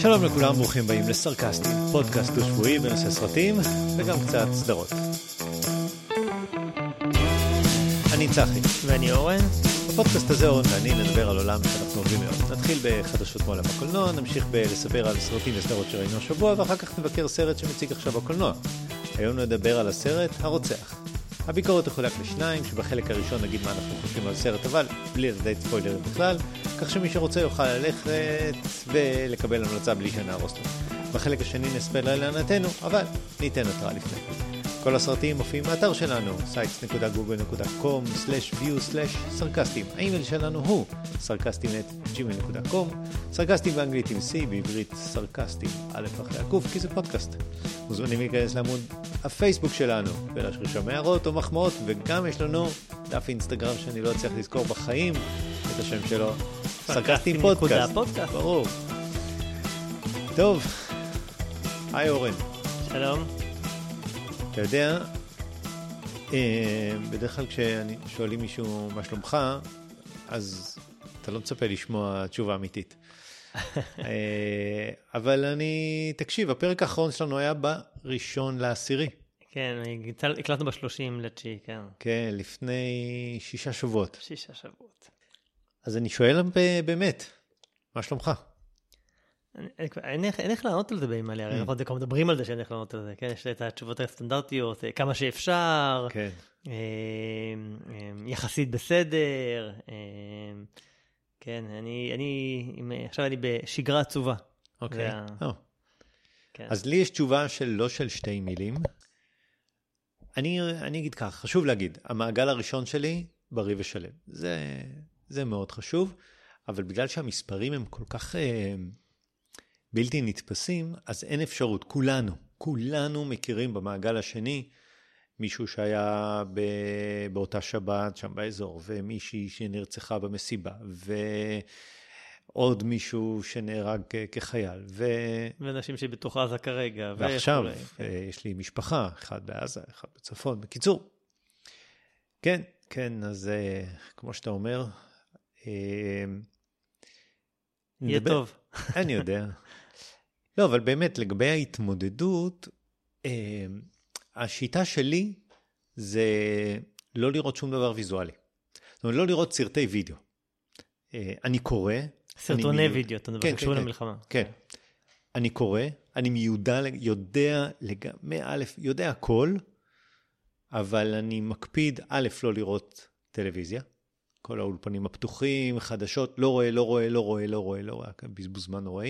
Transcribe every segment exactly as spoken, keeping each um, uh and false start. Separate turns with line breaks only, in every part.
שלום לכולם, ברוכים הבאים לסרקסטים, פודקאסט דו-שבועי בנושא סרטים וגם קצת סדרות. אני צחי.
ואני אורן.
בפודקאסט הזה אורן ואני נדבר על עולם שאנחנו אוהבים מאוד. נתחיל בחדשות מעולם הקולנוע, נמשיך לספר על סרטים וסדרות שראינו השבוע, ואחר כך נבקר סרט שמציג עכשיו בקולנוע. היום נדבר על הסרט הרוצח. הביקורת תחולק לשניים, שבחלק הראשון נגיד מה אנחנו חושבים על סרט, אבל בלי לדעת ספוילרים בכלל, כך שמי שרוצה יוכל ללכת ולקבל המלצה בלי שנהרוס לו. בחלק השני נספר על ענתנו, אבל ניתן התראה לפני. כל הסרטים מופיעים באתר שלנו, sites דוט גוגל דוט קום סלאש ויו סלאש סרקסטים. האימייל שלנו הוא סרקסטים את ג'ימייל דוט קום, סרקסטים באנגלית עם C, בעברית סרקסטים, א' אחרי הקוף, כי זה פודקאסט. מוזמנים להיכנס לעמוד הפייסבוק שלנו, ולהשאיר שם הערות או מחמאות, וגם יש לנו דף אינסטגרם שאני לא אצליח לזכור בחיים את השם שלו, סרקסטים פודקאסט. ברור. טוב, היי אורן.
שלום.
אתה יודע, בדרך כלל כששואלים מישהו מה שלומך, אז אתה לא מצפה לשמוע תשובה אמיתית. אבל אני, תקשיב, הפרק האחרון שלנו היה בראשון לעשירי.
כן, הקלטנו בשלושים לתשיעי, כן.
כן, לפני שישה שבועות.
שישה שבועות.
אז אני שואל באמת, מה שלומך?
אין איך לענות על זה בימלי, הרי אנחנו כבר מדברים על זה שאין איך לענות על זה, כן? יש את התשובות הסטנדרטיות, כמה שאפשר, יחסית בסדר, כן, אני, עכשיו אני בשגרה עצובה.
אוקיי, אז לי יש תשובה של לא של שתי מילים. אני אגיד כך, חשוב להגיד, המעגל הראשון שלי בריא ושלם. זה מאוד חשוב, אבל בגלל שהמספרים הם כל כך בלתי נתפסים, אז אין אפשרות. כולנו, כולנו מכירים במעגל השני, מישהו שהיה באותה שבת שם באזור, ומישהי שנרצחה במסיבה, ועוד מישהו שנהרג כחייל. ו...
ואנשים שבתוך עזה כרגע.
ועכשיו יש לי משפחה, אחד בעזה, אחד בצפון. בקיצור, כן, כן, אז כמו שאתה אומר,
יהיה טוב.
אני יודע. לא, אבל באמת, לגבי ההתמודדות, השיטה שלי זה לא לראות שום דבר ויזואלי. זאת אומרת, לא לראות סרטי וידאו. אני קורא.
סרטוני וידאו, אתה מדבר, קשור למלחמה.
כן. אני קורא, אני מיודע, יודע, מא', יודע הכל, אבל אני מקפיד, א', לא לראות טלוויזיה. כל האולפנים הפתוחים, חדשות, לא רואה, לא רואה, לא רואה, לא רואה, לא רואה, בזבוז זמן נוראי.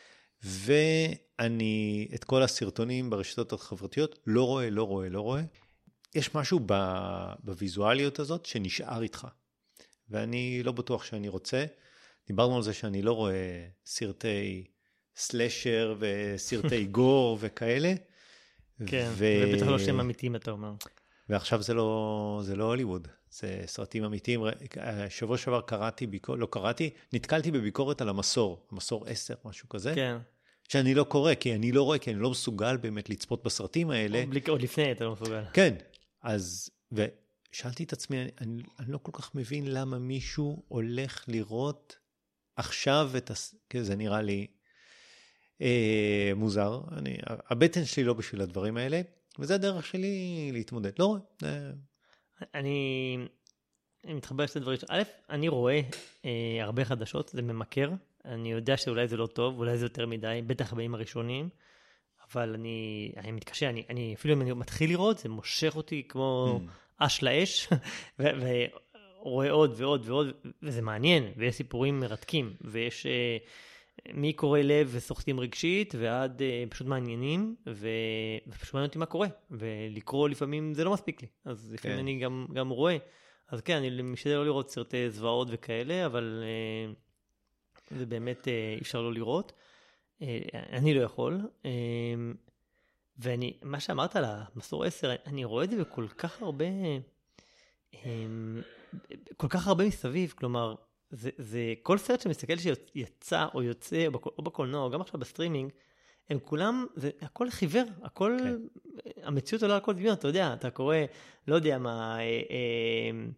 ואני את כל הסרטונים ברשתות החברתיות לא רואה, לא רואה, לא רואה. יש משהו בוויזואליות הזאת שנשאר איתך. ואני לא בטוח שאני רוצה. דיברנו על זה שאני לא רואה סרטי סלשר וסרטי גור וכאלה.
כן, ובטח לא שהם אמיתיים אתה אומר.
ועכשיו זה לא, זה לא הוליווד. זה סרטים אמיתיים. שבוע שעבר קראתי, לא קראתי, נתקלתי בביקורת על המסור, המסור עשר, משהו כזה.
כן.
שאני לא קורא, כי אני לא רואה, כי אני לא מסוגל באמת לצפות בסרטים האלה.
עוד לפני אתה לא מסוגל.
כן. אז, ושאלתי את עצמי, אני, אני לא כל כך מבין למה מישהו הולך לראות עכשיו את, כי זה נראה לי אה, מוזר. אני, הבטן שלי לא בשביל הדברים האלה, וזה הדרך שלי להתמודד. לא רואה. אה,
אני, אני מתחבר לשתי דברים. א', אני רואה אה, הרבה חדשות, זה ממכר. אני יודע שאולי זה לא טוב, אולי זה יותר מדי, בטח בימים הראשונים, אבל אני, אני מתקשה, אני, אני, אפילו אם אני מתחיל לראות, זה מושך אותי כמו mm. אש לאש, ורואה עוד ועוד ועוד, וזה מעניין, ויש סיפורים מרתקים, ויש אה, מי קורא לב וסוחטים רגשית, ועד אה, פשוט מעניינים, ו... ופשוט מעניין אותי מה קורה, ולקרוא לפעמים זה לא מספיק לי, אז לפעמים כן. אני גם, גם רואה, אז כן, אני משתדל לא לראות סרטי זוועות וכאלה, אבל אה, זה באמת אה, אי אפשר לא לראות, אה, אני לא יכול, אה, ואני, מה שאמרת על המסור עשר, אני רואה את זה בכל כך הרבה, אה, כל כך הרבה מסביב, כלומר, זה, זה כל סרט שמסתכל שיצא או יוצא או בקולנוע או גם עכשיו בסטרימינג, הם כולם, זה הכל חיוור, הכל, okay. המציאות עולה על כל דמיון, אתה יודע, אתה קורא, לא יודע מה, אה, אה,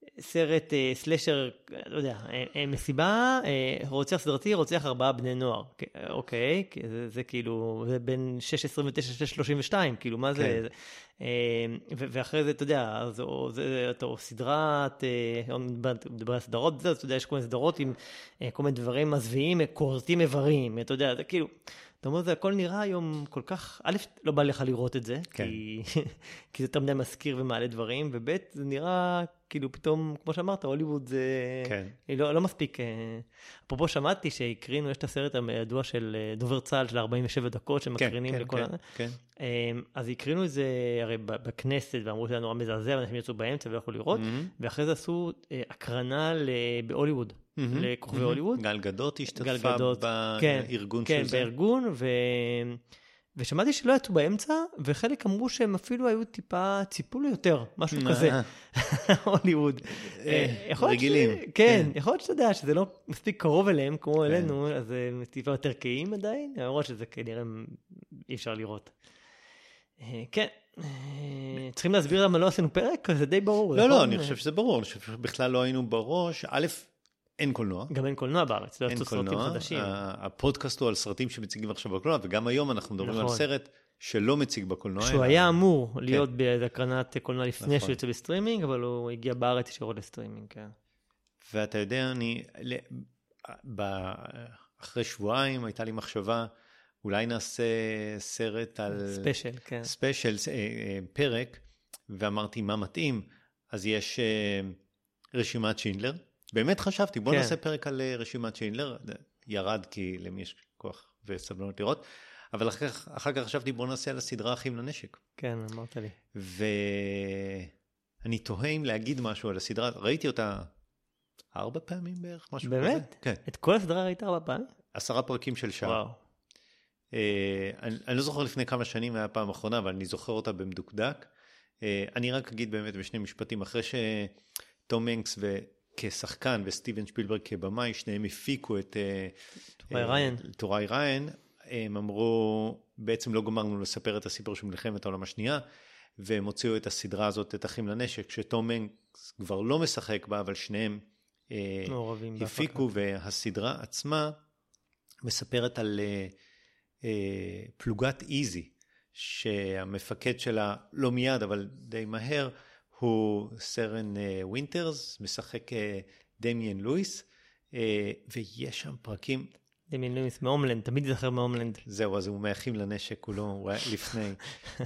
סרט אה, סלשר, לא יודע, אה, אה, מסיבה, אה, רוצח סדרתי, רוצח ארבעה בני נוער. אוקיי, זה, זה כאילו, זה בין שש עשרים ותשע ל-שש שלושים ושתיים, כאילו, מה זה?
כן.
אה, ו- ואחרי זה, אתה יודע, זה, זה, אתה סדרת, אה, מדבר על סדרות, זה, אתה יודע, יש כל מיני סדרות עם אה, כל מיני דברים מזוויעים, כורתים איברים, אתה יודע, זה כאילו, אתה אומר, זה הכל נראה היום כל כך, א', לא בא לך לראות את זה,
כן.
כי, כי זה תמיד מזכיר ומעלה דברים, וב', זה נראה כאילו פתאום, כמו שאמרת, הוליווד זה
כן.
לא, לא מספיק. אפרופו שמעתי שהקרינו, יש את הסרט הידוע של דובר צה"ל של ארבעים ושבע דקות, שמקרינים
כן,
לכל...
כן, כן.
אז הקרינו את זה הרי בכנסת, ואמרו שזה נורא מזעזע, ואנשים יצאו באמצע ויכולו לראות, ואחרי זה עשו הקרנה בהוליווד. לכוכבי הוליווד.
גל גדות השתתפה בארגון של
כן,
זה.
בארגון, ו... ושמעתי שלא יצאו באמצע, וחלק אמרו שהם אפילו היו טיפה, ציפו לו יותר, משהו כזה. הוליווד.
רגילים.
כן, יכול להיות שאתה יודע שזה לא מספיק קרוב אליהם, כמו אלינו, אז הם טיפה יותר קיים עדיין, למרות שזה כנראה אי אפשר לראות. כן. צריכים להסביר למה לא עשינו פרק? זה די ברור.
לא, לא, אני חושב שזה ברור. אני חושב שבכלל לא היינו בראש. א', אין קולנוע.
גם אין קולנוע בארץ, לא יצאו סרטים חדשים.
הפודקאסט הוא על סרטים שמציגים עכשיו בקולנוע, וגם היום אנחנו מדברים על סרט שלא מציג בקולנוע.
שהוא היה אמור להיות בהקרנת קולנוע לפני שהוא יוצא בסטרימינג, אבל הוא הגיע בארץ ישירות לסטרימינג.
ואתה יודע, אני, אחרי שבועיים הייתה לי מחשבה, אולי נעשה סרט על...
ספיישל, כן.
ספיישל, פרק, ואמרתי מה מתאים, אז יש רשימת שינדלר, באמת חשבתי, בוא נעשה פרק על רשימת שינדלר, ירד כי למי יש כוח וסבלנות לראות, אבל אחר כך, אחר כך חשבתי, בוא נעשה על הסדרה אחים לנשק.
כן, אמרת לי.
ואני תוהה אם להגיד משהו על הסדרה, ראיתי אותה ארבע פעמים בערך, משהו כזה.
באמת?
כן.
את כל הסדרה ראית ארבע פעמים?
עשרה פרקים של שעה.
וואו.
אני, אני לא זוכר לפני כמה שנים היה הפעם האחרונה, אבל אני זוכר אותה במדוקדק. אני רק אגיד באמת בשני משפטים, אחרי שטום הנקס ו... כשחקן וסטיבן שפילברג כבמאי, שניהם הפיקו את
טוראי ריין.
טוראי ריין, הם אמרו, בעצם לא גמרנו לספר את הסיפור של מלחמת העולם השנייה, והם הוציאו את הסדרה הזאת, את אחים לנשק, שטום הנקס כבר לא משחק בה, אבל שניהם הפיקו, והסדרה עצמה מספרת על פלוגת איזי, שהמפקד שלה לא מיד, אבל די מהר, הוא סרן ווינטרס, משחק דמיאן לואיס, ויש שם פרקים...
דמיאן לואיס מהומלנד, תמיד זכר מהומלנד.
זהו, אז הוא מאחים לנשק, הוא לא, הוא היה לפני.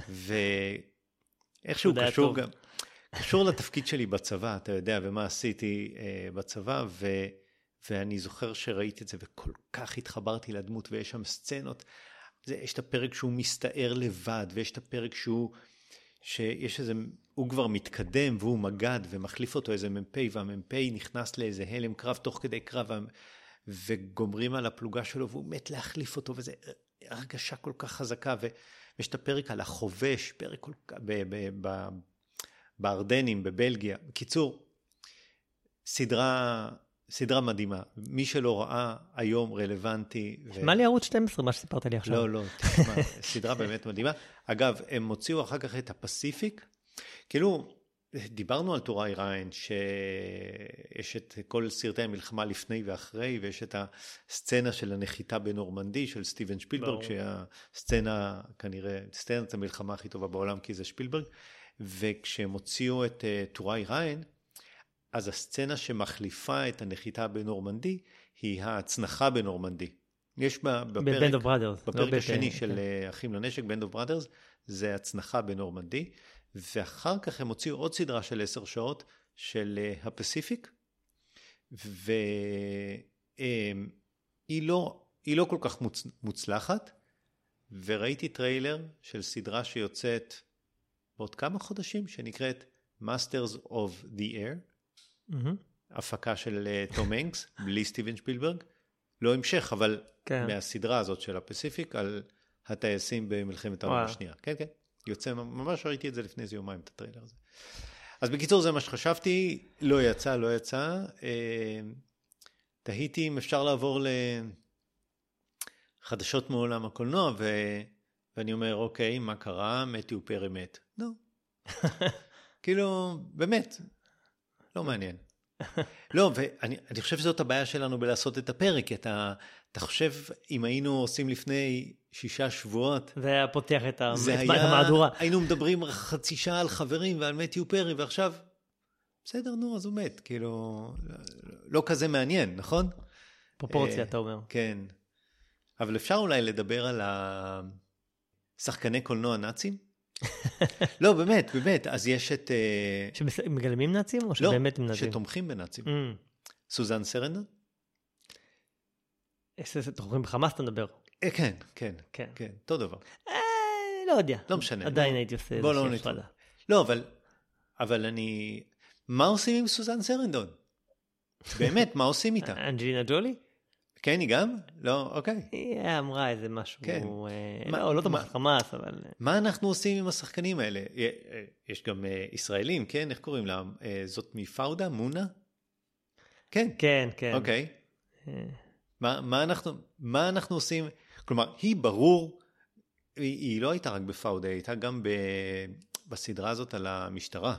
ואיכשהו קשור גם, קשור לתפקיד שלי בצבא, אתה יודע, ומה עשיתי בצבא, ו... ואני זוכר שראיתי את זה, וכל כך התחברתי לדמות, ויש שם סצנות, יש את הפרק שהוא מסתער לבד, ויש את הפרק שהוא... שיש איזה, הוא כבר מתקדם והוא מגד ומחליף אותו איזה ממפי, והממפי נכנס לאיזה הלם קרב תוך כדי קרב, וגומרים על הפלוגה שלו והוא מת להחליף אותו, וזה הרגשה כל כך חזקה, ויש את הפרק על החובש, פרק כל כך, ב, ב, ב, בארדנים, בבלגיה. בקיצור, סדרה, סדרה מדהימה. מי שלא ראה היום רלוונטי.
מה לי ערוץ שתים עשרה, מה שסיפרת לי עכשיו?
לא, לא, תשמע, סדרה באמת מדהימה. אגב, הם הוציאו אחר כך את הפסיפיק. כאילו, דיברנו על טוראי ריין, שיש את כל סרטי המלחמה לפני ואחרי, ויש את הסצנה של הנחיתה בנורמנדי, של סטיבן שפילברג, שהסצנה, כנראה, סצנת המלחמה הכי טובה בעולם, כי זה שפילברג. וכשהם הוציאו את טוראי ריין, אז הסצנה שמחליפה את הנחיתה בנורמנדי, היא ההצנחה בנורמנדי. יש בפרק, בפרק השני של אחים לנשק, בנד אוף בראדרס, זה הצנחה בנורמנדי, ואחר כך הם הוציאו עוד סדרה של עשר שעות של הפסיפיק, והיא לא, היא לא כל כך מוצ, מוצלחת, וראיתי טריילר של סדרה שיוצאת בעוד כמה חודשים, שנקראת Masters of the Air, mm-hmm. הפקה של תום הנקס, בלי סטיבן שפילברג, לא המשך, אבל כן. מהסדרה הזאת של הפסיפיק, על הטייסים במלחמת העולם השנייה. כן, כן, יוצא, ממש ראיתי את זה לפני איזה יומיים, את הטריילר הזה. אז בקיצור, זה מה שחשבתי, לא יצא, לא יצא. אה, תהיתי אם אפשר לעבור לחדשות מעולם הקולנוע, ו... ואני אומר, אוקיי, מה קרה? מתיו פרי מת. לא. כאילו, באמת. לא מעניין. לא, ואני אני חושב שזאת הבעיה שלנו בלעשות את הפרק, כי אתה, אתה חושב, אם היינו עושים לפני שישה שבועות,
זה היה פותח את
זה היה,
המהדורה.
היינו מדברים חצי שעה על חברים ועל מתיו פרי, ועכשיו, בסדר, נו, אז הוא מת, כאילו, לא כזה מעניין, נכון?
פרופורציה, אתה אומר.
כן. אבל אפשר אולי לדבר על השחקני קולנוע נאצים? לא, באמת, באמת. אז יש את...
שמגלמים נאצים או שבאמת הם נאצים?
לא, שתומכים בנאצים. סוזן סרנדון?
תומכים בחמאס אתה מדבר?
כן, כן, כן. אותו דבר.
לא יודע.
לא משנה.
עדיין הייתי עושה איזושהי הפרדה.
לא, אבל אני... מה עושים עם סוזן סרנדון? באמת, מה עושים איתה?
אנג'לינה ג'ולי?
כן, היא גם? לא, אוקיי.
היא אמרה איזה משהו, לא, לא תומך חמאס, אבל...
מה אנחנו עושים עם השחקנים האלה? יש גם ישראלים, כן? איך קוראים לה? זאת מפאודה? מונה? כן.
כן, כן.
אוקיי. מה אנחנו עושים? כלומר, היא ברור, היא לא הייתה רק בפאודה, היא הייתה גם בסדרה הזאת על המשטרה.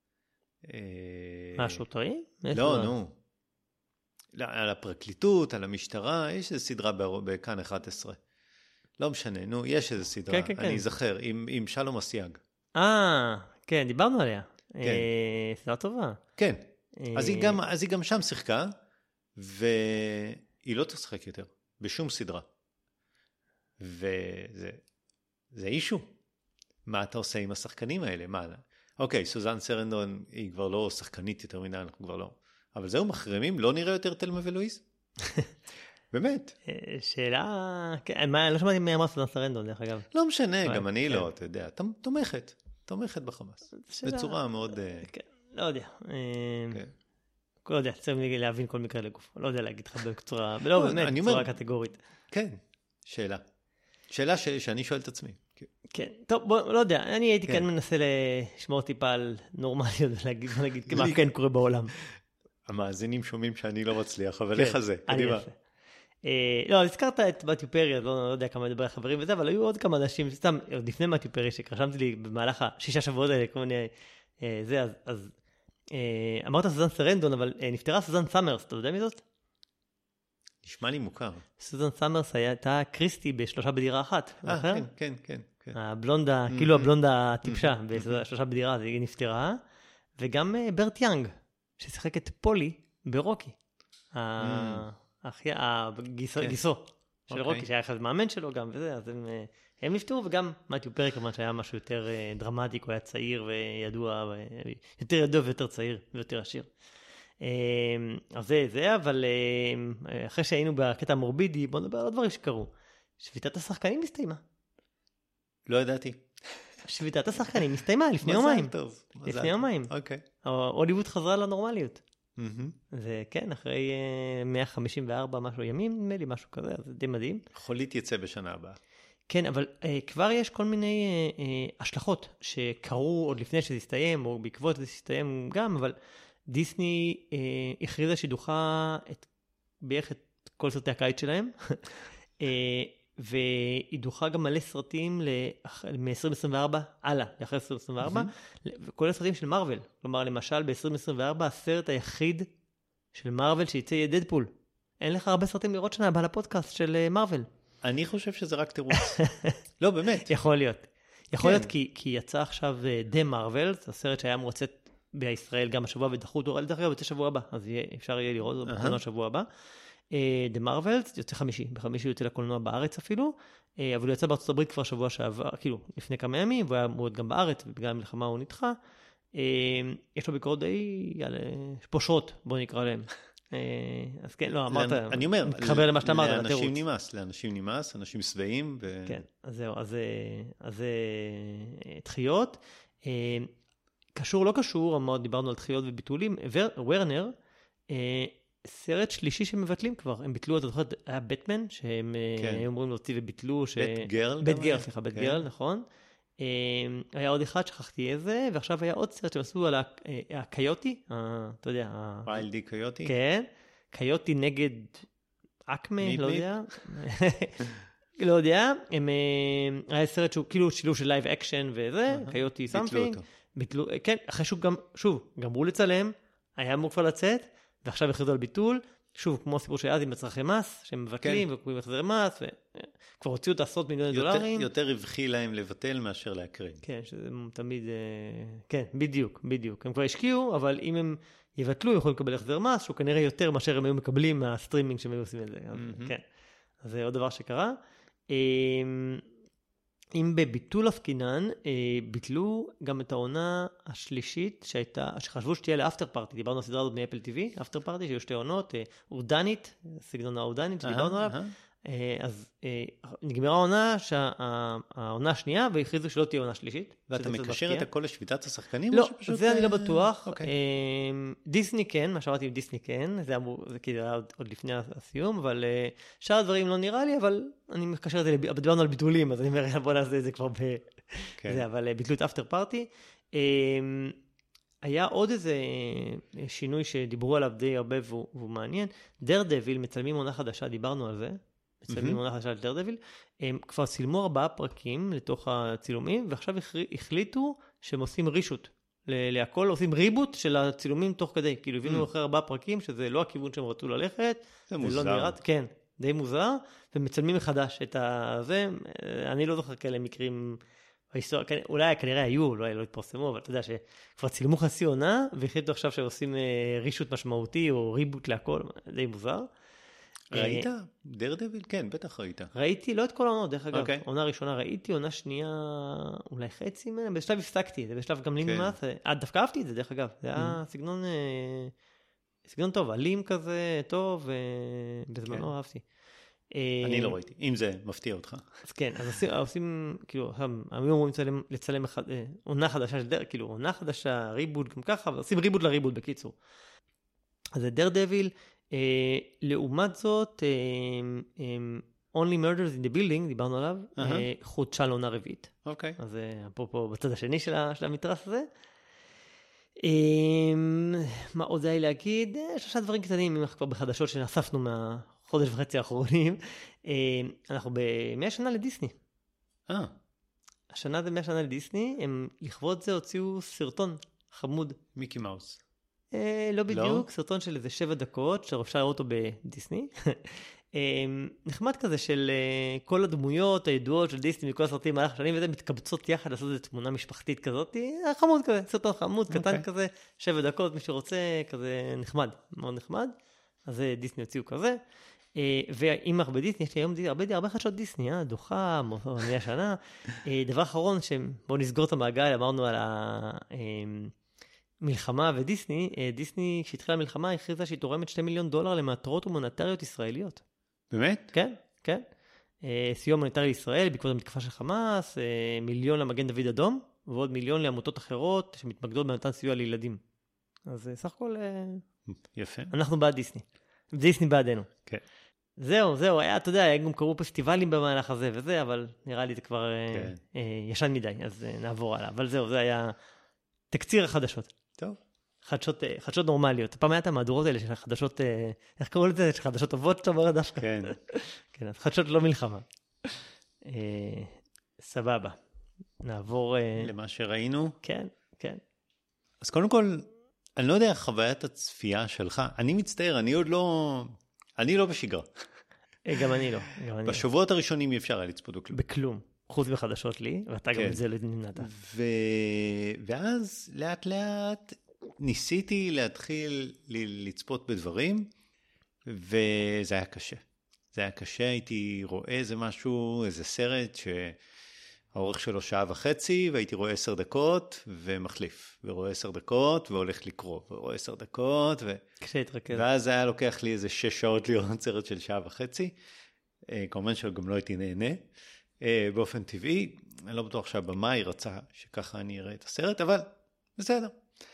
מה, שוטרים?
לא, נו. על הפרקליטות, על המשטרה, יש איזו סדרה בכאן אחת עשרה. לא משנה, נו, יש איזו סדרה,
כן, כן,
אני
כן.
זכר, עם, עם שלום אסייג.
אה, כן, דיברנו עליה.
כן.
אה, סדרה טובה.
כן,
אה...
אז, היא גם, אז היא גם שם שיחקה, והיא לא תשחק יותר, בשום סדרה. וזה זה אישו. מה אתה עושה עם השחקנים האלה? מה? אוקיי, סוזן סרנדון היא כבר לא שחקנית יותר מדי, אנחנו כבר לא. אבל זהו, מחרימים, לא נראה יותר תלמה ולואיז? באמת.
שאלה, כן, מה, לא שמעתי מי אמר סוזן סרנדון, דרך אגב.
לא משנה, גם אני לא, אתה יודע, תומכת, תומכת בחמאס.
שאלה...
בצורה מאוד...
כן, לא יודע.
כן.
לא יודע, צריך להבין כל מקרה לגוף. לא יודע להגיד לך בצורה, לא באמת, בצורה קטגורית.
כן, שאלה. שאלה שאני שואל את עצמי.
כן, טוב, בוא, לא יודע, אני הייתי כאן מנסה לשמור טיפה על נורמליות, ולהגיד מה כן קורה בעולם.
המאזינים שומעים שאני לא מצליח, אבל איך זה? קדימה.
לא, הזכרת את מתיו פרי, לא יודע כמה לדבר על חברים וזה, אבל היו עוד כמה אנשים, סתם, לפני מתיו פרי, שרשמתי לי במהלך השישה שבועות האלה, כל מיני, זה, אז אמרת סוזן סרנדון, אבל נפטרה סוזן סאמרס, אתה יודע מי זאת?
נשמע לי מוכר.
סוזן סאמרס הייתה קריסטי בשלושה בדירה אחת,
אה, כן, כן, כן.
הבלונדה, כאילו הבלונדה הטיפשה, בשלושה בדירה, אז היא נפטרה, וגם ברט יאנג, ששיחק את פולי ברוקי, גיסו של רוקי, שהיה אחד מאמן שלו גם, וזה, אז הם נפטרו, וגם מתיו פרי, כמובן שהיה משהו יותר דרמטי, הוא היה צעיר וידוע, יותר ידוע ויותר צעיר ויותר עשיר. אז זה, זה, אבל אחרי שהיינו בקטע המורבידי, בואו נדבר על עוד דברים שקרו. שביתת השחקנים הסתיימה. לא
ידעתי.
שביתת השחקנים הסתיימה לפני יומיים.
מזל טוב.
לפני יומיים.
אוקיי.
הוליווד חזרה לנורמליות. זה כן, אחרי מאה חמישים וארבע משהו ימים, נדמה לי משהו כזה, זה די מדהים.
חולית יצא בשנה הבאה.
כן, אבל כבר יש כל מיני השלכות שקרו עוד לפני שזה הסתיים, או בעקבות זה הסתיים גם, אבל דיסני אה, הכריזה שדוחה את, בערך את כל סרטי הקיץ שלהם, אה, והיא דוחה גם מלא סרטים מ-עשרים עשרים וארבע, הלאה, לאחרי עשרים עשרים וארבע, וכל הסרטים של מרוול. כלומר, למשל, ב-עשרים עשרים וארבע, הסרט היחיד של מרוול שיצא יהיה דדפול. אין לך הרבה סרטים לראות שנה בעל הפודקאסט של מרוול.
אני חושב שזה רק תירוץ. לא, באמת.
יכול להיות. יכול להיות כי, כי יצא עכשיו דה מרוול, זה הסרט שהיה מוצאת בישראל גם השבוע ודחו אותו, דרך אגב, יוצא שבוע הבא, אז יהיה, אפשר יהיה לראות אותו בקולנוע שבוע הבא. The Marvels יוצא חמישי, בחמישי יוצא לקולנוע בארץ אפילו, אבל הוא יצא בארצות הברית כבר שבוע שעבר, כאילו לפני כמה ימים, והוא היה מאוד גם בארץ, ובגלל המלחמה הוא נדחה. יש לו ביקורות די פושרות, בוא נקרא להם. אז כן, לא, אמרת,
אני אומר,
מתחבר למה שאתה אמרת,
לאנשים נמאס, לאנשים נמאס, אנשים שבעים.
כן, אז זהו, אז דחיות. קשור, לא קשור, אמרת, דיברנו על דחיות וביטולים, ורנר, סרט שלישי שמבטלים כבר, הם ביטלו, אתה זוכר, היה בטמן, שהם היו אמורים להוציא וביטלו,
בית גרל,
בית גרל, סליחה, בית גרל, נכון. היה עוד אחד, שכחתי איזה, ועכשיו היה עוד סרט שהם עשו על הקיוטי, אתה יודע,
ויילדי קיוטי?
כן, קיוטי נגד אקמה, לא יודע. לא יודע, היה סרט שהוא כאילו שילוב של לייב אקשן וזה, קיוטי סמפינג. ביטלו, כן, אחרי שהוא גם, שוב, גמרו לצלם, היה אמור כבר לצאת, ועכשיו החליטו על ביטול, שוב, כמו הסיפור שהיה אז עם מצרכי מס, שהם מבטלים, וקוראים החזרי מס, וכבר הוציאו את עשרות מיליוני דולרים.
יותר רווחי להם לבטל מאשר להקרין.
כן, שזה תמיד, כן, בדיוק, בדיוק. הם כבר השקיעו, אבל אם הם יבטלו, יכולים לקבל החזר מס, שהוא כנראה יותר מאשר הם היו מקבלים מהסטרימינג שהם היו עושים את זה. כן, אז זה עוד דבר שקרה. אם בביטול עסקינן, ביטלו גם את העונה השלישית שהייתה, שחשבו שתהיה לאפטר פארטי, דיברנו על הסדרה הזאת מאפל טיווי, אפטר פארטי, שהיו שתי עונות, אורדנית, סגנון האורדנית שדיברנו עליו, אז נגמרה העונה, העונה השנייה, והכריזו שלא תהיה עונה שלישית.
ואתה מקשר את הכל לשביתת השחקנים?
לא, זה אני לא בטוח. דיסני כן, מה שאמרתי עם דיסני כן, זה כאילו היה עוד לפני הסיום, אבל שאר הדברים לא נראה לי, אבל אני מקשר את זה, דיברנו על ביטולים, אז אני אומר, בוא נעשה את זה כבר ב... אבל ביטלו את אפטר פארטי. היה עוד איזה שינוי שדיברו עליו די הרבה והוא מעניין. דרדביל, מצלמים עונה חדשה, דיברנו על זה. מצלמים עונה חדשה על דרדביל. הם כבר צילמו ארבעה פרקים לתוך הצילומים, ועכשיו החליטו שהם עושים רישוט. להכל עושים ריבוט של הצילומים תוך כדי. כאילו הבינו אחרי ארבעה פרקים שזה לא הכיוון שהם רצו ללכת.
זה מוזר.
כן, די מוזר. ומצלמים מחדש את זה. אני לא זוכר כאלה מקרים... אולי כנראה היו, אולי לא התפרסמו, אבל אתה יודע שכבר צילמו חצי עונה, והחליטו עכשיו שעושים רישוט משמעותי או ריבוט להכל, די מוזר.
ראית? דרדביל? כן, בטח ראית.
ראיתי, לא את כל העונות, דרך אגב. עונה ראשונה ראיתי, עונה שנייה אולי חצי ממנה, בשלב הפסקתי, זה בשלב גם לי ממש, דווקא אהבתי את זה, דרך אגב. זה היה סגנון, סגנון טוב, אלים כזה, טוב, ובזמנו אהבתי.
אני לא ראיתי, אם זה מפתיע אותך.
אז כן, אז עושים, כאילו, היו אמורים לצלם עונה חדשה, כאילו, עונה חדשה, ריבוט, גם ככה, אבל עושים ריבוט לריבוט, בקיצור. אז זה דרדביל, לעומת זאת, Only Murders in the Building, דיברנו עליו, חודשה לעונה רביעית.
אוקיי.
אז פה בצד השני של המתרס הזה. מה עוד היה להגיד? שלושה דברים קטנים, אם אנחנו כבר בחדשות שנחשפנו מה... חודש וחצי האחרונים, אנחנו במאה שנה לדיסני.
אה.
השנה זה מאה שנה לדיסני, הם לכבוד זה הוציאו סרטון חמוד.
מיקי מאוס.
לא בדיוק, סרטון של איזה שבע דקות, שאפשר לראות אותו בדיסני. נחמד כזה של כל הדמויות הידועות של דיסני מכל הסרטים מהלך השנים, וזה מתקבצות יחד לעשות איזו תמונה משפחתית כזאת, חמוד כזה, סרטון חמוד, קטן כזה, שבע דקות, מי שרוצה, כזה נחמד, מאוד נחמד. אז דיסני הוציאו כזה. ואם הרבה דיסני, יש לי היום הרבה, הרבה חדשות דיסני, אה? דוחה, מאה שנה. דבר אחרון, בואו נסגור את המעגל, אמרנו על המלחמה ודיסני, דיסני, כשהתחילה המלחמה, הכריזה שהיא תורמת שני מיליון דולר למטרות הומניטריות ישראליות.
באמת?
כן, כן. סיוע הומניטרי לישראל, בעקבות המתקפה של חמאס, מיליון למגן דוד אדום, ועוד מיליון לעמותות אחרות, שמתמקדות במתן סיוע לילדים. אז סך הכל...
יפה.
אנחנו בעד דיסני. דיסני בעדנו.
כן.
זהו, זהו, היה, אתה יודע, גם קראו פסטיבלים במהלך הזה וזה, אבל נראה לי זה כבר כן. אה, אה, ישן מדי, אז אה, נעבור הלאה. אבל זהו, זה היה תקציר החדשות.
טוב.
חדשות, אה, חדשות נורמליות. פעם היה את המהדורות האלה של חדשות, אה, איך קראו לזה? של חדשות טובות שאתה אומר דווקא.
כן.
כן, אז חדשות לא מלחמה. אה, סבבה. נעבור... אה...
למה שראינו.
כן, כן.
אז קודם כל... אני לא יודע חוויית הצפייה שלך. אני מצטער, אני עוד לא... אני לא בשגרה.
גם אני לא.
בשבועות הראשונים אי אפשר היה לצפות בכלום.
בכלום. חוץ מחדשות לי, ואתה גם את זה לא נמנעת.
ואז לאט לאט ניסיתי להתחיל לצפות בדברים, וזה היה קשה. זה היה קשה, הייתי רואה איזה משהו, איזה סרט ש... האורך שלו שעה וחצי, והייתי רואה עשר דקות, ומחליף. ורואה עשר דקות, והולך לקרוא. ורואה עשר דקות, ו...
כשהתרכז.
ואז היה לוקח לי איזה שש שעות לראות סרט של שעה וחצי. כמובן שגם לא הייתי נהנה. באופן טבעי, אני לא בטוח שהבמאי רצה שככה אני אראה את הסרט, אבל בסדר.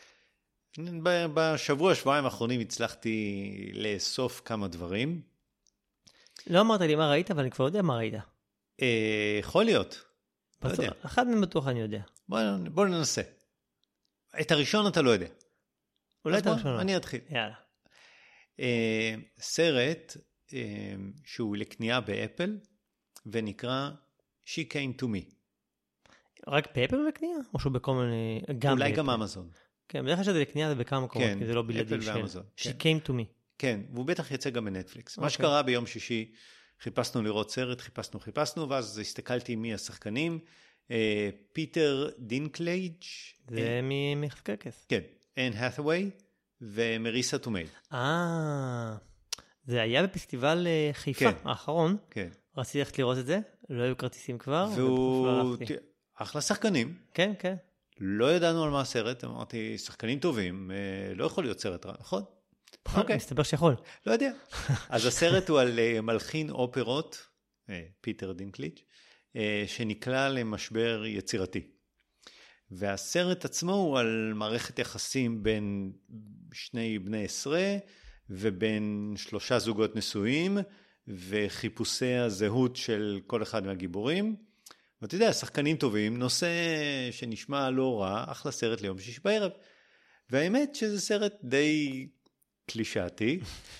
בשבוע, שבועיים האחרונים הצלחתי לאסוף כמה דברים.
לא אמרת לי מה ראית, אבל אני כבר יודע מה ראית.
יכול להיות.
אחד מהם בטוח אני יודע.
בוא, בוא ננסה. את הראשון אתה לא יודע.
אולי את הראשון.
אני אתחיל.
יאללה.
אה, סרט אה, שהוא לקנייה באפל, ונקרא She Came to Me.
רק באפל הוא לקנייה? או שהוא בכל מיני...
אולי גם אמזון.
כן, בדרך כלל שזה לקנייה זה בכמה מקומות,
כן,
כי זה לא בלעדי
אפל
של...
ואמזון,
She
כן.
came to me.
כן, והוא בטח יצא גם בנטפליקס. מה
אוקיי.
שקרה ביום שישי, חיפשנו לראות סרט, חיפשנו, חיפשנו, ואז הסתכלתי מי השחקנים, אה, פיטר דינקלייג'
זה מחקקס.
כן, אן האת'ווי ומריסה טומייל.
אה, זה היה בפסטיבל אה, חיפה
כן.
האחרון.
כן.
רציתי ללכת לראות את זה, לא היו כרטיסים כבר,
והוא...
ובסוף לא הלכתי.
ת- אחלה שחקנים.
כן, כן.
לא ידענו על מה הסרט, אמרתי, שחקנים טובים, אה, לא יכול להיות סרט רע, נכון? אוקיי.
מסתבר שיכול.
לא יודע. אז הסרט הוא על אה, מלחין אופרות, אה, פיטר דינקליץ', אה, שנקלע למשבר יצירתי. והסרט עצמו הוא על מערכת יחסים בין שני בני עשרה, ובין שלושה זוגות נשואים, וחיפושי הזהות של כל אחד מהגיבורים. ואתה יודע, שחקנים טובים, נושא שנשמע לא רע, אחלה סרט ליום שישי בערב. והאמת שזה סרט די קלישאתי,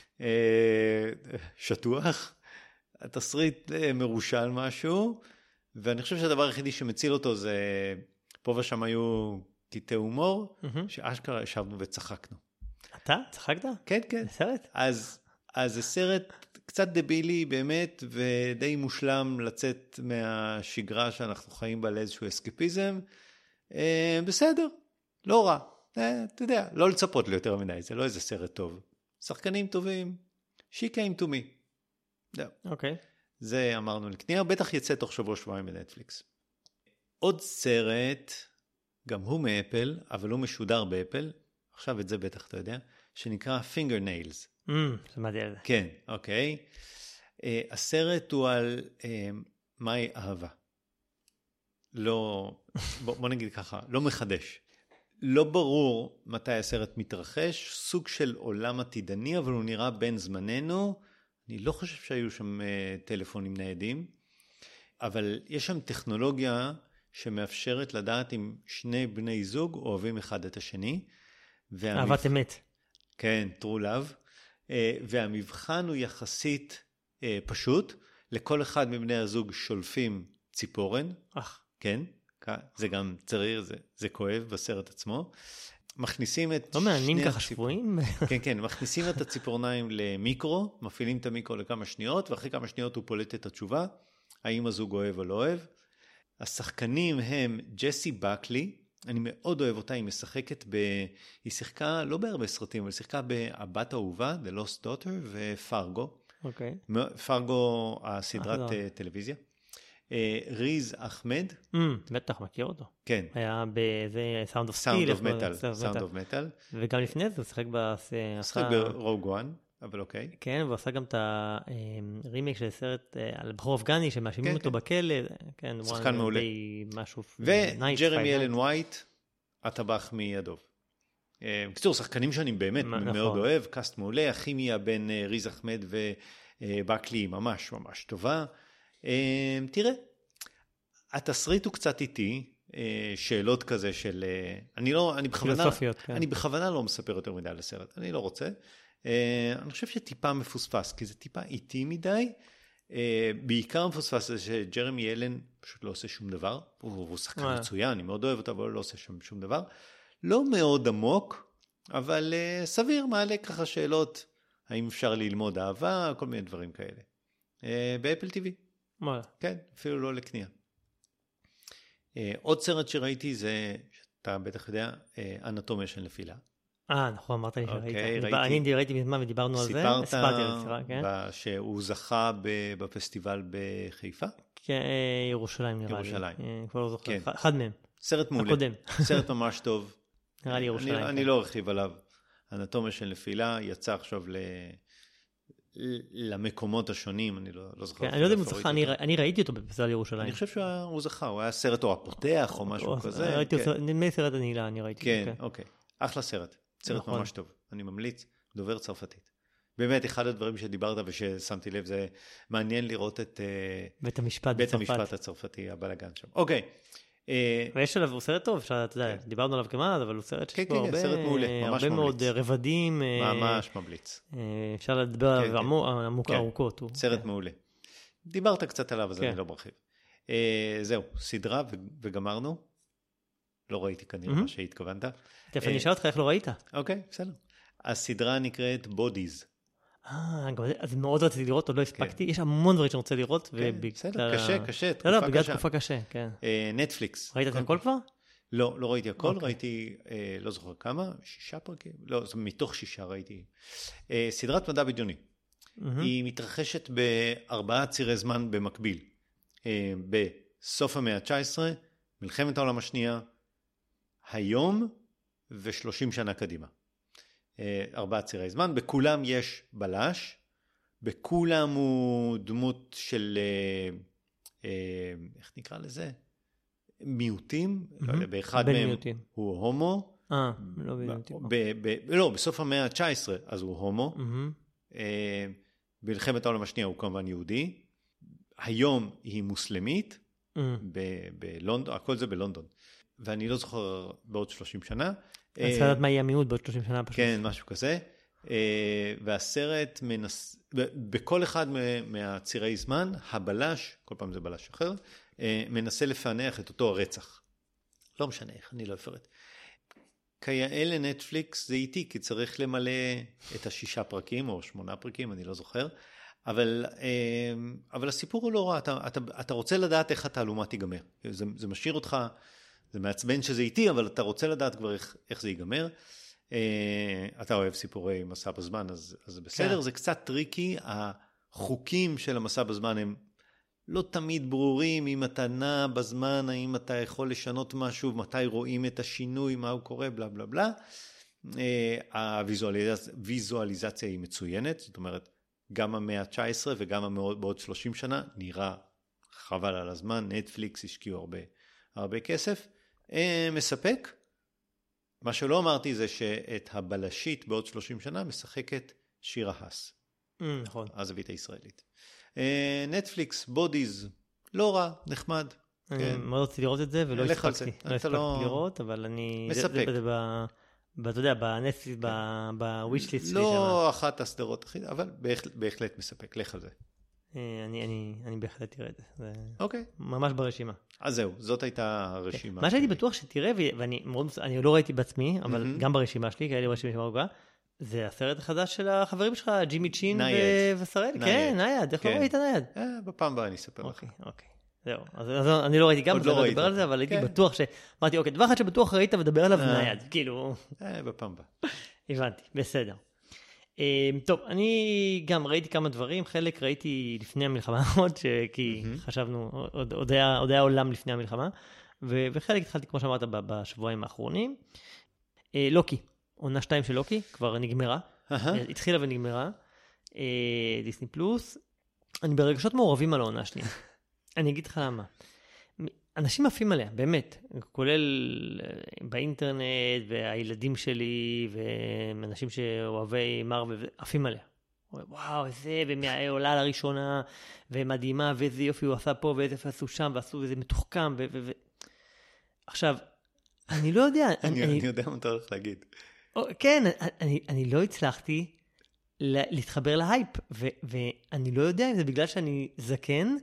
שטוח, התסריט מרושל משהו, ואני חושב שהדבר היחידי שמציל אותו זה, פה ושם היו קטעי הומור, שאשכרה ישבנו וצחקנו.
אתה? צחקת?
כן, כן.
סרט?
אז, אז זה סרט קצת דבילי באמת, ודי מושלם לצאת מהשגרה שאנחנו חיים בה לאיזשהו אסקפיזם. אה, בסדר, לא רע. אה, אתה יודע, לא לצפות לי יותר מדי, זה לא איזה סרט טוב. שחקנים טובים, she came to me. לא.
אוקיי.
זה אמרנו לקנייה, בטח יצא תוך שבוע שבועיים בנטפליקס. עוד סרט, גם הוא מאפל, אבל הוא משודר באפל, עכשיו את זה בטח אתה יודע, שנקרא Fingernails.
Mm, שמעתי על זה.
כן, אוקיי. Uh, הסרט הוא על uh, מהי אהבה. לא, בוא, בוא נגיד ככה, לא מחדש. לא ברור מתי הסרט מתרחש, סוג של עולם עתידני, אבל הוא נראה בין זמננו. אני לא חושב שהיו שם uh, טלפונים ניידים, אבל יש שם טכנולוגיה שמאפשרת לדעת אם שני בני זוג אוהבים אחד את השני. והמבח...
אהבת אמת.
כן, true love. Uh, והמבחן הוא יחסית uh, פשוט. לכל אחד מבני הזוג שולפים ציפורן.
אך.
כן, זה גם צריך, זה, זה כואב בסרט עצמו. מכניסים את...
לא מעניינים ככה
הציפ...
שבועים?
כן, כן, מכניסים את הציפורניים למיקרו, מפעילים את המיקרו לכמה שניות, ואחרי כמה שניות הוא פולט את התשובה, האם הזוג אוהב או לא אוהב. השחקנים הם ג'סי בקלי, אני מאוד אוהב אותה, היא משחקת ב... היא שיחקה לא בהרבה סרטים, אבל היא שיחקה ב"הבת האהובה", The Lost Daughter, ופרגו.
אוקיי.
פרגו, הסדרת טלוויזיה. ריז אחמד.
בטח, מכיר אותו.
כן.
היה בזה סאונד אוף
סאונד אוף מטל. סאונד אוף מטל.
וגם לפני זה הוא שיחק ב...
שיחק ברוג וואן, אבל אוקיי.
כן, והוא עשה גם את הרימייק של סרט על בחור אפגני שמאשימים אותו בכלא.
שחקן מעולה. וג'רמי אלן ווייט, הטבח מידוב. בקיצור, שחקנים שאני באמת מאוד אוהב, קאסט מעולה, הכימיה בין ריז אחמד ובקלי ממש ממש טובה. תראה, התסריט הוא קצת איטי, שאלות כזה של, אני לא, אני בכוונה, אני בכוונה לא מספר יותר מדי על הסרט, אני לא רוצה. אני חושב שטיפה מפוספס, כי זה טיפה איטי מדי. בעיקר מפוספס זה שג'רמי אלן פשוט לא עושה שום דבר, הוא שחקן מצוין, אני מאוד אוהב אותו, אבל לא עושה שם שום דבר. לא מאוד עמוק, אבל סביר, מעלה ככה שאלות, האם אפשר ללמוד אהבה, כל מיני דברים כאלה. באפל טיווי.
מה?
כן, אפילו לא לקנייה. עוד סרט שראיתי זה, שאתה בטח יודע, אנטומיה של נפילה.
אה, נכון, אמרת לי שראית. אני ראיתי מזמן ודיברנו על זה.
סיפרת שהוא זכה בפסטיבל בחיפה?
כן, ירושלים נראה לי.
ירושלים.
כבר לא זוכר, אחד מהם.
סרט מעולה.
הקודם.
סרט ממש טוב.
נראה לי ירושלים.
אני לא ארחיב עליו. אנטומיה של נפילה יצא עכשיו למקומות השונים, אני לא זוכר.
אני לא יודע אם הוא זכה, אני ראיתי אותו בפסטיבל ירושלים.
אני חושב שהוא זכה, הוא היה סרט או הפותח או משהו כזה.
נדמה לי סרט הנעילה, אני ראיתי.
כן, אוקיי. אחלה סרט. סרט ממש טוב. אני ממליץ, דובר צרפתית. באמת, אחד הדברים שדיברת וששמתי לב, זה מעניין לראות את
בית המשפט
בית המשפט הצרפתי, הבלגן שם. אוקיי.
ויש עליו, הוא סרט טוב, שאתה יודע, דיברנו עליו כמה, אבל הוא סרט שיש בו הרבה מאוד רבדים.
ממש ממליץ.
אפשר לדבר עליו עמוק ארוכות.
סרט מעולה. דיברת קצת עליו, אז אני לא מרחיב. זהו, סדרה וגמרנו. לא ראיתי כנראה מה שהתכוונת.
תכף אני אשאל אותך איך לא ראית.
אוקיי, בסדר. הסדרה נקראת Bodies.
אה, אז מאוד רציתי לראות, עוד לא הספקתי. יש המון דברים שאני רוצה לראות.
בסדר, קשה, קשה,
תקופה קשה. לא, לא, בגלל תקופה קשה, כן.
נטפליקס.
ראית את הכל כבר?
לא, לא ראיתי הכל, ראיתי, לא זוכר כמה, שישה פרקים, לא, מתוך שישה ראיתי. סדרת מדע בדיוני. היא מתרחשת בארבעה צירי זמן במקביל. בסוף המאה ה-תשע עשרה, מלחמת העולם השנייה, היום ו-שלושים שנה קדימה. ארבעה צירי זמן, בכולם יש בלש, בכולם הוא דמות של, איך נקרא לזה? מיעוטים, באחד מהם הוא הומו.
אה, לא במיעוטים.
לא, בסוף המאה ה-תשע עשרה אז הוא הומו. במלחמת העולם השנייה הוא כמובן יהודי. היום היא מוסלמית, בלונדון, הכל זה בלונדון. ואני לא זוכר בעוד שלושים שנה.
אני צריך לדעת מה יהיה המיעוט בעוד שלושים שנה פשוט.
כן, משהו כזה. והסרט מנס... בכל אחד מהצירי זמן, הבלש, כל פעם זה בלש אחר, מנסה לפענח את אותו הרצח. לא משנה איך, אני לא אפרט. כיאה לנטפליקס זה איתי, כי צריך למלא את השישה פרקים, או שמונה פרקים, אני לא זוכר. אבל, אבל הסיפור הוא לא רע, אתה, אתה, אתה רוצה לדעת איך התעלומה תיגמר. זה, זה משאיר אותך, זה מעצבן שזה איתי, אבל אתה רוצה לדעת כבר איך, איך זה ייגמר. אתה אוהב סיפורי מסע בזמן, אז, אז בסדר, כן. זה קצת טריקי, החוקים של המסע בזמן הם לא תמיד ברורים, אם אתה נע בזמן, האם אתה יכול לשנות משהו, מתי רואים את השינוי, מה הוא קורה, בלה בלה בלה. הוויזואליזציה היא מצוינת, זאת אומרת, גם המאה ה-תשע עשרה וגם המאות בעוד שלושים שנה, נראה חבל על הזמן, נטפליקס השקיעו הרבה, הרבה כסף, מספק. מה שלא אמרתי זה שאת הבלשית בעוד שלושים שנה משחקת שירה האס.
נכון.
הזווית הישראלית. נטפליקס, בודיז, לא רע, נחמד.
אני מאוד רציתי לראות את זה ולא הספקתי. לא הספקתי לראות, אבל אני...
מספק.
אתה יודע, בנטפליקס, בוויש ליסט שלי.
לא אחת הסדרות הכי, אבל בהחלט מספק, לך על זה.
אני בהחלט תראה את זה.
אוקיי.
ממש ברשימה.
אז זהו, זאת הייתה הרשימה.
מה שהייתי בטוח שתראה, ואני לא ראיתי בעצמי, אבל גם ברשימה שלי, כאלה ברשימה שלי מרוגה, זה הסרט החדש של החברים שלך, ג'ימי צ'ין ושראל. כן, נייד, איך לא ראית נייד?
בפעם הבאה אני אספר לך.
אוקיי, אוקיי. זהו, אז אני לא ראיתי גם, אז אני אדבר על זה, אבל הייתי בטוח ש... אמרתי, אוקיי, דבר אחד שבטוח ראית ודבר עליו נייד, כאילו...
בפעם הבאה.
הבנתי, בסדר. טוב, אני גם ראיתי כמה דברים, חלק ראיתי לפני המלחמה עוד, כי חשבנו, עוד היה עולם לפני המלחמה, וחלק התחלתי, כמו שאמרת, בשבועיים האחרונים. לוקי, עונה שתיים של לוקי, כבר נגמרה, התחילה ונגמרה, דיסני פלוס, אני ברגשות מעורבים על העונה השנייה. אני אגיד לך למה. אנשים עפים עליה, באמת, כולל באינטרנט, והילדים שלי, ואנשים שאוהבי מרוול, עפים עליה. וואו, איזה, ומעולה לראשונה, ומדהימה, ואיזה יופי הוא עשה פה, ואיזה עשו שם, ועשו איזה מתוחכם, ו... ו... עכשיו, אני לא יודע...
אני, אני יודע מה אתה הולך להגיד.
כן, אני, אני לא הצלחתי להתחבר להייפ, ו, ואני לא יודע אם זה בגלל שאני זקן,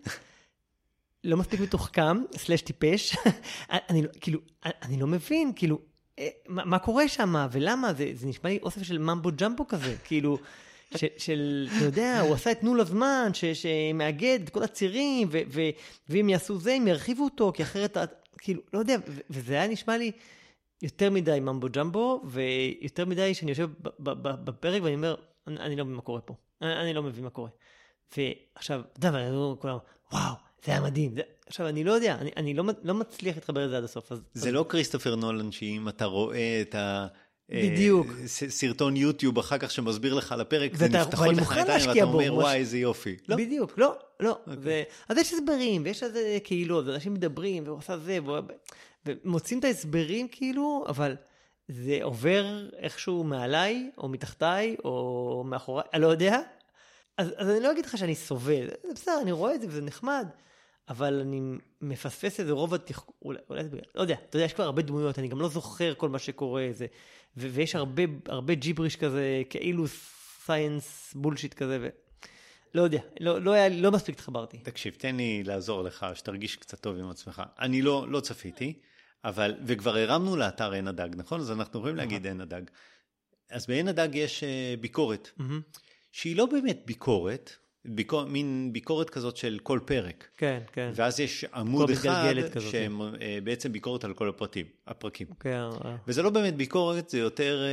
לא מספיק מתוחכם, סלש טיפש, אני, כאילו, אני לא מבין, כאילו, מה, מה קורה שם, ולמה, זה, זה נשמע לי אוסף של ממבו ג'מבו כזה, כאילו, ש, של, אתה יודע, הוא עשה את נו לזמן, ש, שמאגד את כל הצירים, ו, ו, ואם יעשו זה, הם ירחיבו אותו, כי אחרת, כאילו, לא יודע, ו, וזה היה נשמע לי יותר מדי ממבו ג'מבו, ויותר מדי שאני יושב בפרק, ואני אומר, אני, אני לא מבין מה קורה פה, אני, אני לא מבין מה קורה. ועכשיו, אתה יודע, ואני אומר, כולם, וואו, זה היה מדהים. זה... עכשיו, אני לא יודע, אני, אני לא, לא מצליח להתחבר לזה עד הסוף. אז,
זה
אז...
לא כריסטופר נולן, שאם אתה רואה את ה...
בדיוק.
סרטון יוטיוב אחר כך שמסביר לך על הפרק,
ואתה,
זה נפתחות לך עדיין, ואתה אומר,
בו,
וואי, איזה יופי. לא?
בדיוק, לא, לא. Okay. ו... אז יש הסברים, ויש איזה קהילות, ואנשים מדברים, והוא עושה זה, והוא... ומוצאים את ההסברים כאילו, אבל זה עובר איכשהו מעליי, או מתחתיי, או מאחוריי, אני לא יודע. אז, אז אני לא אגיד לך שאני סובל. זה בסדר, אני רואה את זה, וזה נחמד. אבל אני מפספס איזה רוב התחקור, אולי, אולי זה בגלל, לא יודע, אתה יודע, יש כבר הרבה דמויות, אני גם לא זוכר כל מה שקורה, זה, ו- ויש הרבה, הרבה ג'יבריש כזה, כאילו סיינס בולשיט כזה, ו... לא יודע, לא, לא, היה, לא מספיק התחברתי.
תקשיב, תן לי לעזור לך, שתרגיש קצת טוב עם עצמך. אני לא, לא צפיתי, אבל, וכבר הרמנו לאתר עין הדג, נכון? אז אנחנו יכולים להגיד עין הדג. אז בעין הדג יש ביקורת, שהיא לא באמת ביקורת, ביקור, מין ביקורת כזאת של כל פרק.
כן, כן.
ואז יש עמוד אחד שבעצם ביקורת על כל הפרטים, הפרקים.
כן.
וזה לא באמת ביקורת, זה יותר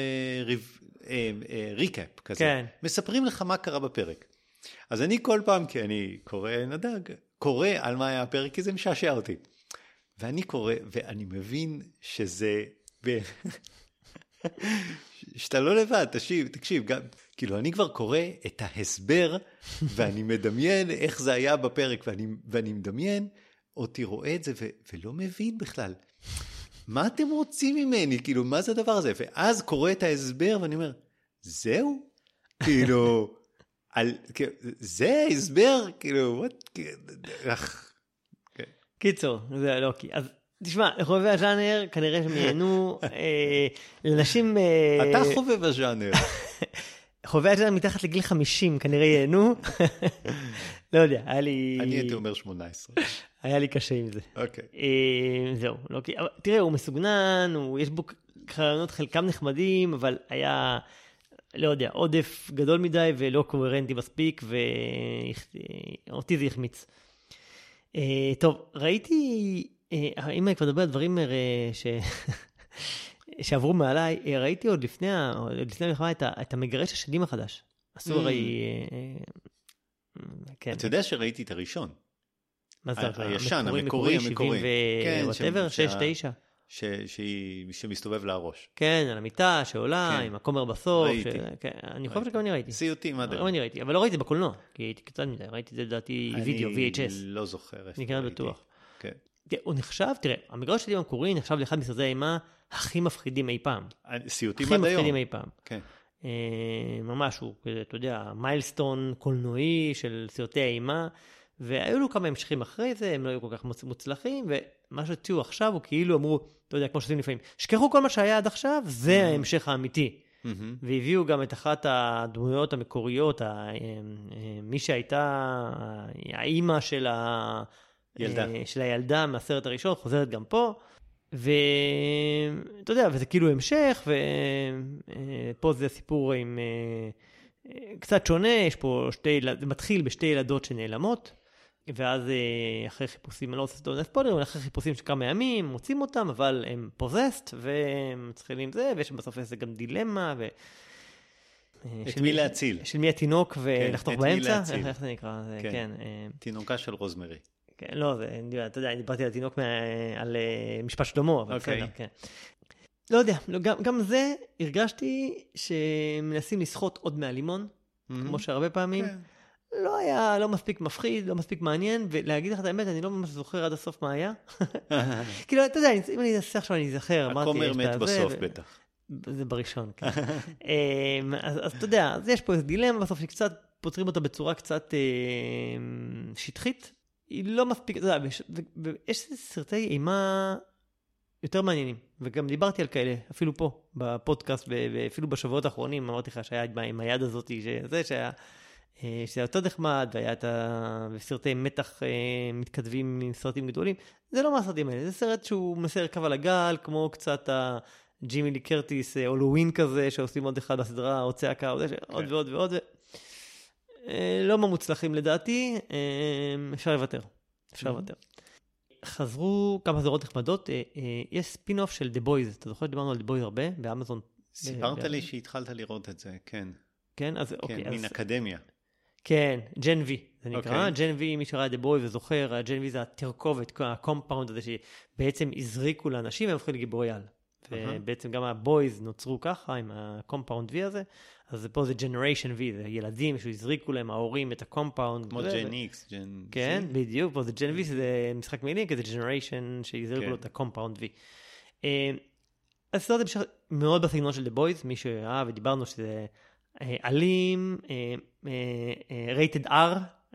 ריקאפ כזה.
כן.
מספרים לך מה קרה בפרק. אז אני כל פעם, כי אני קורא נדג, קורא על מה היה הפרק, כי זה משעשע אותי. ואני קורא, ואני מבין שזה... שאתה לא לבד, תקשיב, תקשיב, גם, כאילו אני כבר קורא את ההסבר, ואני מדמיין איך זה היה בפרק, ואני, ואני מדמיין, אותי רואה את זה, ו, ולא מבין בכלל. מה אתם רוצים ממני? כאילו, מה זה הדבר הזה? ואז קורא את ההסבר, ואני אומר, זהו? כאילו, על, זה ההסבר? כאילו, what?
קיצור, זה לא, כי, אז... תשמע, לחובבי הז'אנר, כנראה שהם ייהנו, לנשים...
אתה חובב הז'אנר.
חובבי הז'אנר מתחת לגיל חמישים, כנראה ייהנו. לא יודע, היה לי...
אני הייתי אומר שמונה עשרה.
היה לי קשה עם זה.
אוקיי.
זהו, תראה, הוא מסוגנן, יש בו חרעיונות חלקם נחמדים, אבל היה, לא יודע, עודף גדול מדי ולא קוהרנטי מספיק, ואותי זה החמיץ. טוב, ראיתי... אם אני כבר מדבר על דברים ש... שעברו מעליי, ראיתי עוד לפני, לפני המלחמה את, את המגרש השדים החדש. עשו הרי...
כן. אתה יודע שראיתי את הראשון.
מה זה?
הישן, המקורי, המקורי.
כן, וואטאבר, שש, תשע.
שמסתובב להראש.
כן, על המיטה שעולה, עם הכומר בסוף.
ראיתי.
אני חושב שגם אני ראיתי.
סיוטים, מה דרך?
אני ראיתי, אבל לא ראיתי את זה בקולנוע, כי הייתי קצת מדי, ראיתי את זה לדעתי וידאו, וי אייץ' אס.
אני לא זוכר.
אני כנראה בטוח.
כן.
הוא נחשב, תראה, המגרש השדים המקורי נחשב לאחד מסרטי האימה הכי מפחידים אי פעם.
סיוטים עד היום.
הכי מפחידים אי פעם.
כן.
ממש, הוא, אתה יודע, מיילסטון קולנועי של סרטי האימה, והיו לו כמה המשכים אחרי זה, הם לא היו כל כך מוצלחים, ומה שהציעו עכשיו הוא כאילו אמרו, אתה יודע, כמו שעושים לפעמים, שכחו כל מה שהיה עד עכשיו, זה ההמשך האמיתי. והביאו גם את אחת הדמויות המקוריות, מי שהייתה האימא של ה...
ילדה.
של הילדה מהסרט הראשון, חוזרת גם פה, ואתה יודע, וזה כאילו המשך, ופה זה סיפור עם קצת שונה, יש פה שתי, זה מתחיל בשתי ילדות שנעלמות, ואז אחרי חיפושים, אני לא רוצה לדעת ספוילר, אחרי חיפושים של כמה ימים, מוצאים אותם, אבל הם פוזסט, והם מתחילים זה, ויש בסוף איזה גם דילמה, ו...
את מי להציל.
של מי התינוק ולחתוך באמצע? איך זה נקרא?
כן, תינוקה של רוזמרי.
כן, לא, אתה יודע, אני דיברתי על התינוק, על משפט שלמה, אבל בסדר, כן. לא יודע, גם זה הרגשתי שמנסים לסחוט עוד מהלימון, כמו שהרבה פעמים, לא היה, לא מספיק מפחיד, לא מספיק מעניין, ולהגיד לך את האמת, אני לא ממש זוכר עד הסוף מה היה. כאילו, אתה יודע, אם אני אעשה עכשיו, אני אזכר, אמרתי,
הכומר מת בסוף בטח.
זה בראשון, כן. אז אתה יודע, אז יש פה איזו דילמה בסוף, שקצת פותרים אותה בצורה קצת שטחית, היא לא מספיק, אתה יודע, ויש סרטי אימה יותר מעניינים, וגם דיברתי על כאלה, אפילו פה, בפודקאסט, ואפילו בשבועות האחרונים, אמרתי לך שהיה עם היד הזאת, שזה שהיה, שזה יותר נחמד, והיה את הסרטי מתח מתכתבים עם סרטים גדולים, זה לא מהסרטים האלה, זה סרט שהוא מסר קו על הגל, כמו קצת ג'ימי לי קרטיס, הולווין כזה, שעושים עוד אחד בסדרה, עוד צעקה, עוד ועוד ועוד, לא ממוצלחים לדעתי, אפשר לוותר, אפשר לוותר. חזרו כמה סדרות נחמדות, יש ספין-אוף של The Boys, אתה זוכר, דיברנו על The Boys הרבה, באמזון.
סיפרת לי שהתחלת לראות את זה, כן.
כן, אז אוקיי.
כן, מן אקדמיה.
כן, ג'ן וי, זה נקרא, ג'ן וי, מי שראה The Boys וזוכר, ג'ן וי זה התרכובת, הקומפאונד הזה שבעצם הזריקו לאנשים, והם הופכים לגיבורי על. ובעצם גם הבויז נוצרו ככה, עם הקומפאונד וי הזה, אז פה זה ג'נריישן וי, זה ילדים שהזריקו להם, ההורים, את הקומפאונד.
כמו ג'ן איקס, ג'ן...
כן, בדיוק, פה זה ג'ן וי, זה משחק מילים, כי זה ג'נריישן שהזריקו לו את הקומפאונד וי. אז זה מאוד בסגנון של The Boys, מי שאהב ודיברנו שזה אלים, רייטד אר,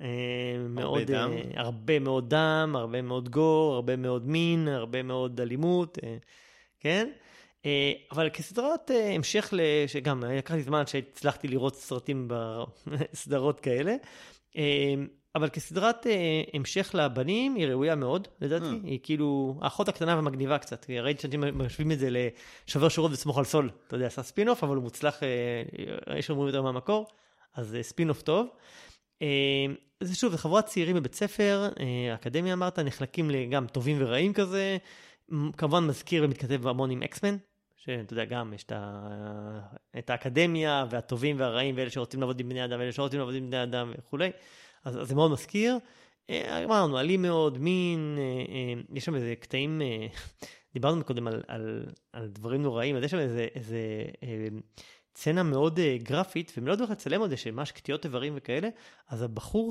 הרבה מאוד דם, הרבה מאוד גור, הרבה מאוד מין, הרבה מאוד אלימות, כן? אבל כסדרות המשך, שגם לקחתי זמן שהצלחתי לראות סרטים בסדרות כאלה, אבל כסדרת אה, המשך לבנים, היא ראויה מאוד, לדעתי. Mm. היא כאילו, האחות הקטנה ומגניבה קצת. ראיתי שאתם משווים את זה לשובר שורות וסמוך על סול. אתה יודע, עשה ספינוף, אבל הוא מוצלח, אה, יש אומרים יותר מהמקור. אז אה, ספינוף טוב. אה, זה שוב, זה חבורת צעירים בבית ספר, אה, אקדמיה אמרת, נחלקים גם טובים ורעים כזה. כמובן מזכיר ומתכתב המון עם אקסמן. שאתה יודע, גם יש את האקדמיה והטובים והרעים, ואלה שרוצים לעבוד עם בני אדם, ואלה שרוצים לעבוד עם בני אדם וכו'. אז, אז זה מאוד מזכיר. אמרנו, עלי מאוד, מין, יש שם איזה קטעים, דיברנו קודם על, על, על דברים נוראים, אז יש שם איזה, איזה צנה מאוד גרפית, ומלא דרך לצלם עוד, יש ממש קטיעות איברים וכאלה, אז הבחור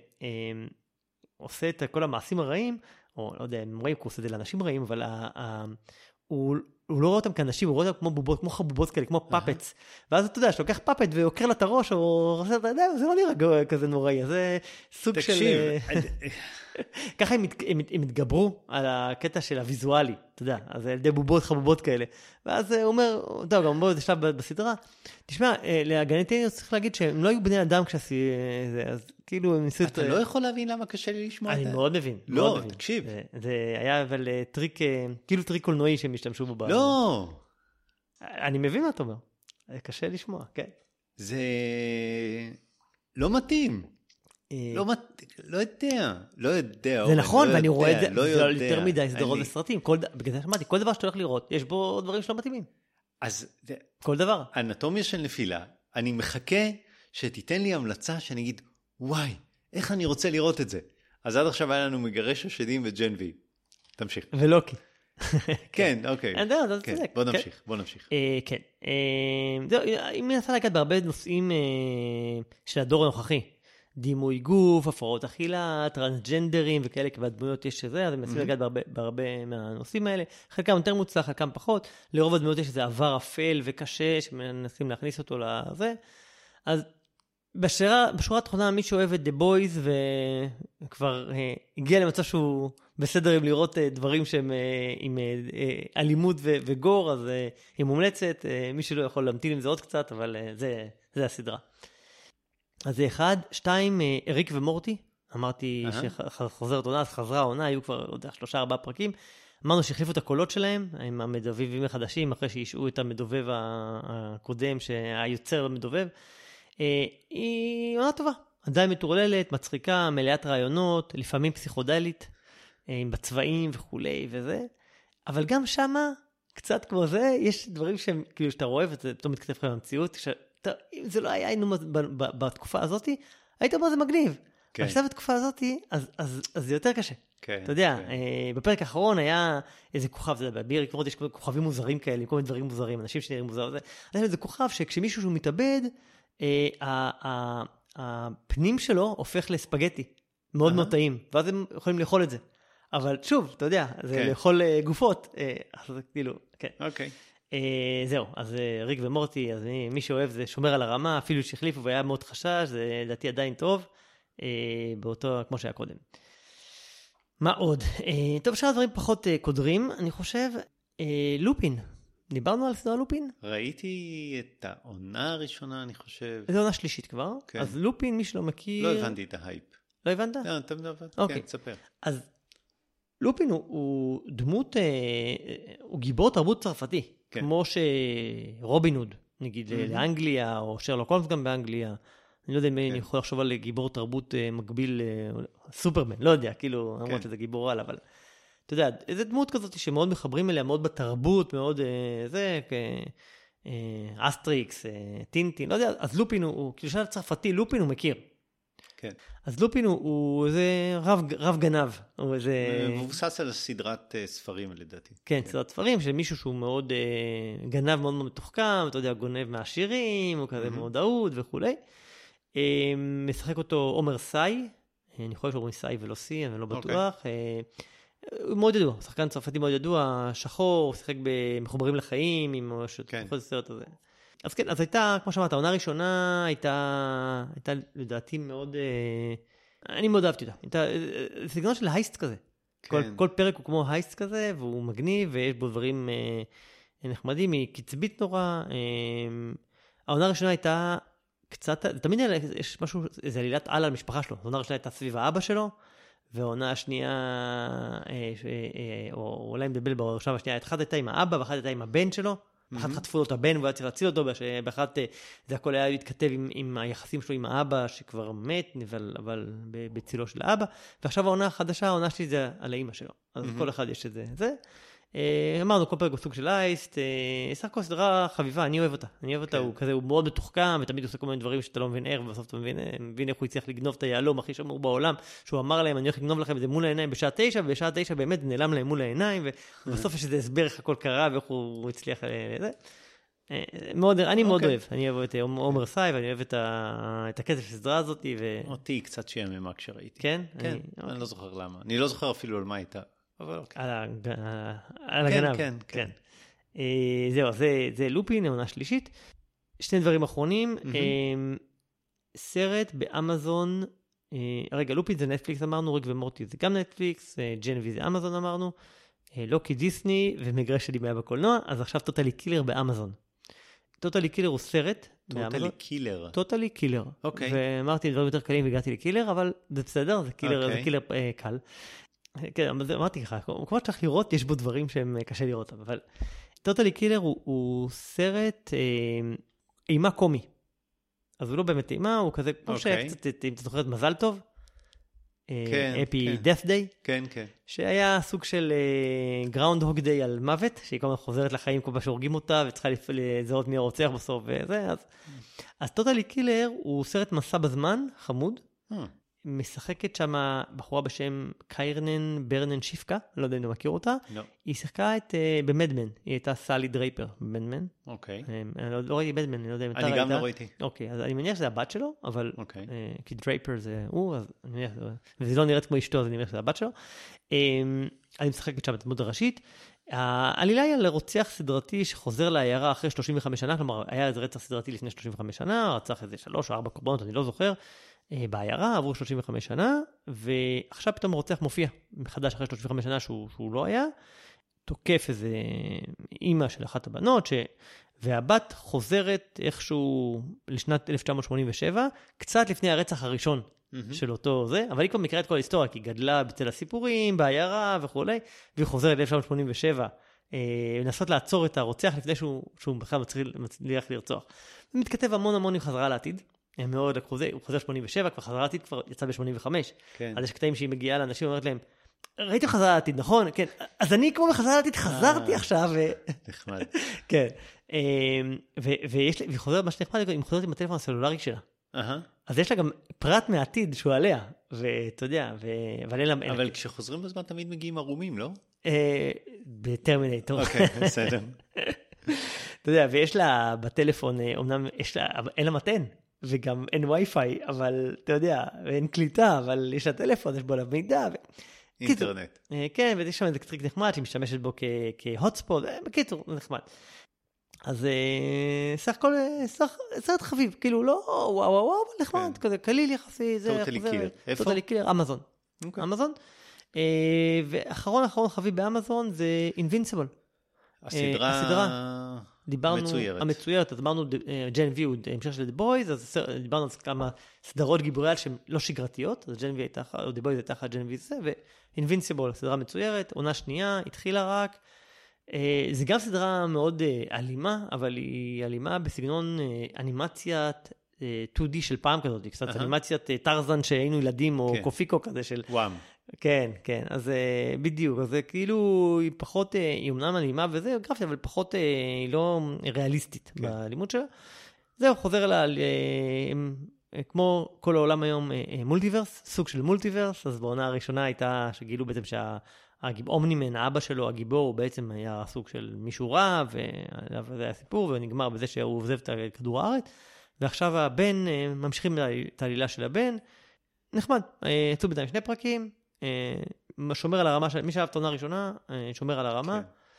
שעושה את כל המעשים הרעים, או לא יודע, הם רואים קורס את זה לאנשים רעים, אבל ה, ה, הוא... הוא לא רואה אותם כאנשים, הוא רואה אותם כמו בובות, כמו חבובות כאלה, כמו פאפץ. ואז אתה יודע, שלוקח פאפט ועוקר לה את הראש, או עושה, אתה יודע, זה לא נראה כזה נוראי, זה סוג של... תקשיב. ככה הם התגברו על הקטע של הוויזואלי, אתה יודע, אז ילדי בובות, חבובות כאלה. ואז הוא אומר, טוב, גם בואו, זה שלב בסדרה. תשמע, להגנתי צריך להגיד שהם לא היו בני אדם כשעשי זה, אז כאילו הם ניסו...
אתה לא יכול להבין למה קשה לי לשמוע את זה?
אני מאוד מבין.
לא, תקשיב.
זה היה אבל טריק, כאילו טריק קולנועי שהם השתמשו בו.
לא.
אני מבין מה אתה אומר. קשה לשמוע, כן.
זה לא מתאים. לא לא יודע, לא יודע.
זה נכון, ואני רואה את זה, זה יותר מדי סדרות וסרטים. בגלל זה שמעתי, כל דבר שאתה הולך לראות, יש בו דברים שלא מתאימים.
אז
כל דבר.
אנטומיה של נפילה, אני מחכה שתיתן לי המלצה שאני אגיד, וואי, איך אני רוצה לראות את זה. אז עד עכשיו היה לנו מגרש השדים וג'ן וי. תמשיך.
ולוקי.
כן, אוקיי. בוא נמשיך, בוא נמשיך.
כן. אם מנסה להגעת בהרבה נושאים של הדור הנוכחי, דימוי גוף, הפרעות אכילה, טרנסג'נדרים וכאלה, והדמויות יש שזה, אז הם מנסים לגעת בהרבה, בהרבה מהנושאים האלה. חלקם יותר מוצלח, חלקם פחות. לרוב הדמויות יש איזה עבר אפל וקשה, שמנסים להכניס אותו לזה. אז בשורה, בשורה התחתונה, מי שאוהב את The Boys, וכבר אה, הגיע למצב שהוא בסדר עם לראות אה, דברים שהם אה, עם אה, אלימות ו- וגור, אז אה, היא מומלצת. אה, מי שלא יכול להמתין עם זה עוד קצת, אבל אה, זה, זה הסדרה. אז זה אחד, שתיים, אריק ומורטי, אמרתי uh-huh. שחוזרת עונה, אז חזרה העונה, היו כבר עוד שלושה ארבעה פרקים, אמרנו שהחליפו את הקולות שלהם, עם המדובבים החדשים, אחרי שישעו את המדובב הקודם, שהיוצר במדובב, היא עונה טובה, עדיין מטורללת, מצחיקה, מלאת רעיונות, לפעמים פסיכודלית, עם בצבעים וכולי וזה, אבל גם שמה, קצת כמו זה, יש דברים שהם, כאילו שאתה רואה, וזה פתאום מתכתב לך במציאות, אם זה לא היה היינו בתקופה הזאת, היית אומר זה מגניב. אבל עכשיו בתקופה הזאת, אז זה יותר קשה. אתה יודע, בפרק האחרון היה איזה כוכב, זה בביר, כמו יש כוכבים מוזרים כאלה, כל מיני דברים מוזרים, אנשים שנראים מוזר, יש איזה כוכב שכשמישהו שהוא מתאבד, הפנים שלו הופך לספגטי, מאוד מאוד טעים, ואז הם יכולים לאכול את זה. אבל שוב, אתה יודע, זה לאכול גופות, אז כאילו, כן.
אוקיי.
Uh, זהו, אז uh, ריק ומורטי, אז מי, מי שאוהב זה שומר על הרמה, אפילו שהחליפו והיה מאוד חשש, זה לדעתי עדיין טוב, uh, באותו, כמו שהיה קודם. מה עוד? Uh, טוב, שאר הדברים פחות uh, קודרים, אני חושב, uh, לופין. דיברנו על סדרה לופין?
ראיתי את העונה הראשונה, אני חושב.
זו עונה שלישית כבר. כן. אז לופין, מי שלא מכיר...
לא הבנתי את ההייפ.
לא הבנת?
לא, אתה מדבר.
אוקיי.
כן, תספר.
אז לופין הוא, הוא דמות, uh, הוא גיבור תרבות צרפתי. כן. כמו שרובין הוד, נגיד, mm-hmm. לאנגליה, או שרלוק הולמס גם באנגליה. אני לא יודע אם כן. אני יכול לחשוב על גיבור תרבות uh, מקביל, uh, סופרמן, לא יודע, כאילו, כן. אמרות שזה גיבור על, אבל אתה יודע, איזו דמות כזאת שמאוד מחברים אליה, מאוד בתרבות, מאוד uh, זה, uh, אסטריקס, uh, טינטין, לא יודע, אז לופין הוא, הוא כאילו שאלה צרפתי, לופין הוא מכיר.
כן.
אז לופין הוא, הוא איזה רב, רב גנב. הוא איזה...
מבוסס על סדרת uh, ספרים, לדעתי.
כן, כן, סדרת ספרים, של מישהו שהוא מאוד uh, גנב, מאוד מאוד מתוחכם, אתה יודע, גונב מהשירים, הוא כזה mm-hmm. מאוד אהוד וכו'. Uh, משחק אותו עומר סאי, אני חושב שאומרים סאי ולא סי, אני לא בטוח. Okay. Uh, הוא מאוד ידוע, שחקן צרפתי מאוד ידוע, שחור, הוא שיחק במחוברים לחיים, עם כן. הסרט הזה. אז כן, אז הייתה, כמו שאמרת, העונה הראשונה הייתה, הייתה לדעתי מאוד, אה, אני מאוד אהבתי אותה. הייתה, זה סגנון של הייסט כזה. כן. כל, כל פרק הוא כמו הייסט כזה, והוא מגניב, ויש בו דברים אה, נחמדים, היא קצבית נורא. אה, העונה הראשונה הייתה קצת, תמיד יש משהו, איזו עלילת על על המשפחה שלו. העונה הראשונה הייתה סביב האבא שלו, והעונה השנייה, או אולי מדבר בראשונה השנייה, אחת הייתה עם האבא, ואחת הייתה עם הבן שלו, ואחת חטפו לו את הבן, והוא היה צריך להציל אותו, באחת זה הכל היה להתכתב עם, עם היחסים שלו עם האבא, שכבר מת, אבל, אבל בצילו של האבא, ועכשיו העונה החדשה, העונה שלי זה על האמא שלו. אז כל אחד יש את זה. זה. אמרנו, כל פרק הוא סוג של אייסט, סך הכל סדרה חביבה, אני אוהב אותה. אני אוהב אותה, הוא כזה, הוא מאוד מתוחכם, ותמיד עושה כל מיני דברים שאתה לא מבין איך, ובסוף אתה מבין, מבין איך הוא יצליח לגנוב את היעלום הכי שמור בעולם, שהוא אמר להם, אני הולך לגנוב לכם את זה מול העיניים בשעה תשע, ובשעה תשע באמת נעלם להם מול העיניים, ובסוף יש איזה הסבר איך הכל קרה, ואיך הוא הצליח לזה. מאוד, אני מאוד אוהב, אני אוהב את עומר סאי, ואני אוהב את הקטע של הסדרה הזאת.
אותי קצת שיממה כשראיתי.
כן?
כן, אני לא זוכר למה. אני לא זוכר אפילו על מה הייתה.
על הגנב. כן, כן. זהו, זה לופין, העונה שלישית. שני דברים אחרונים. סרט באמזון, רגע, לופין זה נטפליקס אמרנו, ריק ומורטי זה גם נטפליקס, ג'נבי זה אמזון אמרנו, לוקי דיסני ומגרש שלי היה בקולנוע, אז עכשיו טוטלי קילר באמזון. טוטלי קילר הוא סרט.
טוטלי קילר.
טוטלי קילר.
אוקיי.
ואמרתי דברים יותר קלים והגעתי לקילר, אבל זה בסדר, זה קילר קל. כן, אמרתי לך, כמו שצריך לראות, יש בו דברים שהם קשה לראות, אבל טוטלי קילר הוא, הוא סרט אה, אימה קומי. אז הוא לא באמת אימה, הוא כזה, כמו שהיה קצת, אם אתה זוכרת, מזל טוב, אפי דף דיי,
כן, כן.
שהיה סוג של גראונד הוג דיי על מוות, שהיא כל הזמן חוזרת לחיים כל פעם שהורגים אותה, וצריכה לזהות מי הרוצח בסוף וזה, אז, אז טוטלי קילר הוא סרט מסע בזמן, חמוד, משחקת שם בחורה בשם קיירנן ברנן שיפקה, לא יודע אם אתה מכיר אותה.
לא.
היא שיחקה את, uh, במדמן, היא הייתה סלי דרייפר במדמן.
אוקיי.
Um, אני לא, לא ראיתי מדמן, אני לא יודע אם אתה
ראית. אני גם
ראית.
לא ראיתי.
אוקיי, אז אני מניח שזה הבת שלו, אבל...
אוקיי.
Uh, כי דרייפר זה הוא, אז אני מניח, וזה לא נראית כמו אשתו, אז אני מניח שזה הבת שלו. Um, אני משחקת שם את הדמות הראשית. העלילה היא על רוצח סדרתי שחוזר לעיירה אחרי שלושים וחמש שנה, כלומר, היה איזה רצח סדרתי לפני שלושים וחמש שנה, רצח איזה שלוש או ארבע קורבנות, אני לא זוכר. בעיירה, עברו שלושים וחמש שנה, ועכשיו פתאום הרוצח מופיע מחדש אחרי שלושים וחמש שנה שהוא, שהוא לא היה, תוקף איזה אימא של אחת הבנות, ש... והבת חוזרת איכשהו לשנת אלף תשע מאות שמונים ושבע, קצת לפני הרצח הראשון mm-hmm. של אותו זה, אבל היא כבר מכירה את כל ההיסטוריה, כי היא גדלה בצל הסיפורים, בעיירה וכו', והיא חוזרת ל-אלף תשע מאות שמונים ושבע, לנסות לעצור את הרוצח לפני שהוא, שהוא בכלל מצליח לרצוח. ומתכתב המון המון עם חזרה לעתיד, הם מאוד לקחו זה, הוא חוזר שמונים ושבע, כבר חזרה לעתיד כבר יצא ב-שמונים וחמש.
כן.
אז יש קטעים שהיא מגיעה לאנשים ואומרת להם, ראיתי חזרה לעתיד, נכון? כן. אז אני כמו בחזרה לעתיד חזרתי עכשיו.
נחמד.
כן. והיא חוזרת, מה שנחמד, היא חוזרת עם הטלפון הסלולרי שלה. אז יש לה גם פרט מהעתיד שהוא עליה, ואתה יודע,
אבל כשחוזרים בזמן תמיד מגיעים ערומים, לא?
בטרמינטור.
אוקיי, בסדר.
אתה יודע, ויש לה בטלפון, אמנם אין לה מתן. וגם אין וי-פיי, אבל אתה יודע, אין קליטה, אבל יש לה טלפון, יש בו לה מידע.
אינטרנט.
כן, ויש שם איזה טריק נחמד, שהיא משתמשת בו כהוטספוט, בקיצור, נחמד. אז סך הכל, סרט חביב, כאילו לא וואו וואו וואו, נחמד, כזה קליל יחסי.
טוטלי קילר. איפה?
טוטלי קילר, אמזון. אמזון. ואחרון אחרון חביב באמזון זה אינבינסיבול.
הסדרה...
דיברנו,
מצוירת.
המצוירת, אז אמרנו ג'ן וי הוא המשך של The Boys, אז דיברנו על כמה סדרות גיבורי על שהן לא שגרתיות, אז ג'ן וי הייתה, או The Boys הייתה אחת ג'ן וי זה, ו-Invincible, סדרה מצוירת, עונה שנייה, התחילה רק, זה גם סדרה מאוד אלימה, אבל היא אלימה בסגנון אנימציית טו די של פעם כזאת, קצת אנימציית טרזן שהיינו ילדים, או קופיקו כזה של...
וואם.
כן, כן, אז בדיוק, אז זה כאילו, היא פחות, היא אומנם אלימה וזה, גרפיה, אבל פחות, היא לא ריאליסטית בלימוד שלה. זהו, חוזר לה, כמו כל העולם היום, מולטיברס, סוג של מולטיברס, אז בעונה הראשונה הייתה, שגילו בעצם שהאומנימן, האבא שלו, הגיבור, הוא בעצם היה סוג של מישהו רע, וזה היה סיפור, ונגמר בזה שהוא עוזב את כדור הארץ, ועכשיו הבן, ממשיכים את העלילה של הבן, נחמד, יצאו בינתיים שני פרקים, שומר על הרמה, מי שאהב את העונה הראשונה, שומר על הרמה.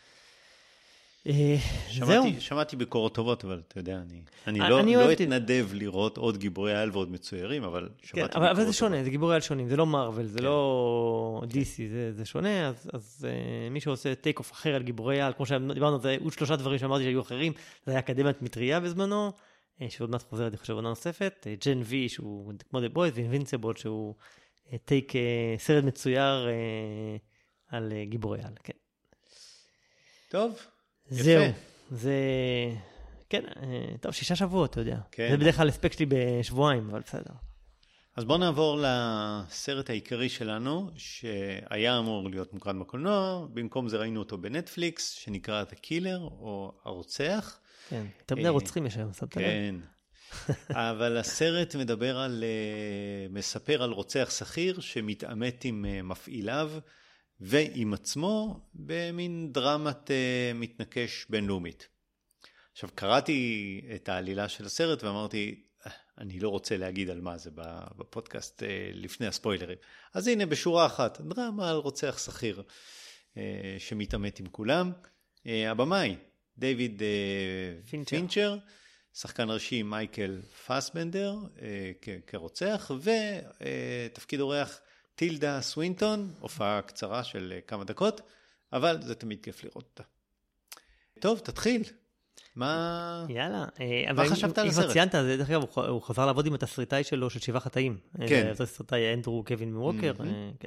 זהו. שמעתי ביקורות טובות, אבל אתה יודע, אני לא אתנדב לראות עוד גיבורי על ועוד מצוירים, אבל שמעתי ביקורות טובות.
אבל זה שונה, זה גיבורי על שונים, זה לא מרוול, זה לא די סי, זה שונה, אז מי שעושה טייק אוף אחר על גיבורי על, כמו שדיברנו, זה עוד שלושה דברים שאמרתי שהיו אחרים, זה היה אקדמיית מטריה בזמנו, שעוד מעט חוזרת, אני חושב, עונה נוספת, ג'ן וי, שהוא כמו The Boys, ואינבינסיבול, שהוא טייק סרט מצויר על גיבורי על, כן.
טוב, יפה.
זהו, זה... כן, טוב, שישה שבועות, אתה יודע. כן. זה בדרך כלל הספק שלי בשבועיים, אבל בסדר.
אז בואו נעבור לסרט העיקרי שלנו, שהיה אמור להיות מוקרן בקולנוע, במקום זה ראינו אותו בנטפליקס, שנקרא The Killer, או הרוצח.
כן, יותר בני רוצחים יש היום, שמת לב.
כן, אבל הסרט מדבר על, מספר על רוצח שכיר, שמתעמת עם מפעיליו, ועם עצמו, במין דרמת מתנקש בינלאומית. עכשיו, קראתי את העלילה של הסרט, ואמרתי, אני לא רוצה להגיד על מה זה בפודקאסט לפני הספוילרים. אז הנה, בשורה אחת, דרמה על רוצח שכיר, שמתעמת עם כולם. הבמאי, דיוויד פינצ'ר, פינצ'ר שחקן ראשי מייקל פסבנדר כרוצח, ותפקיד אורח טילדה סווינטון, הופעה קצרה של כמה דקות, אבל זה תמיד כיף לראות אותה. טוב, תתחיל. מה...
יאללה.
מה חשבת על הסרט?
אם ציינת, דרך אגב, הוא חזר לעבוד עם התסריטאי שלו של שבעה חטאים.
כן.
זה התסריטאי אנדרו קווין מווקר. כן.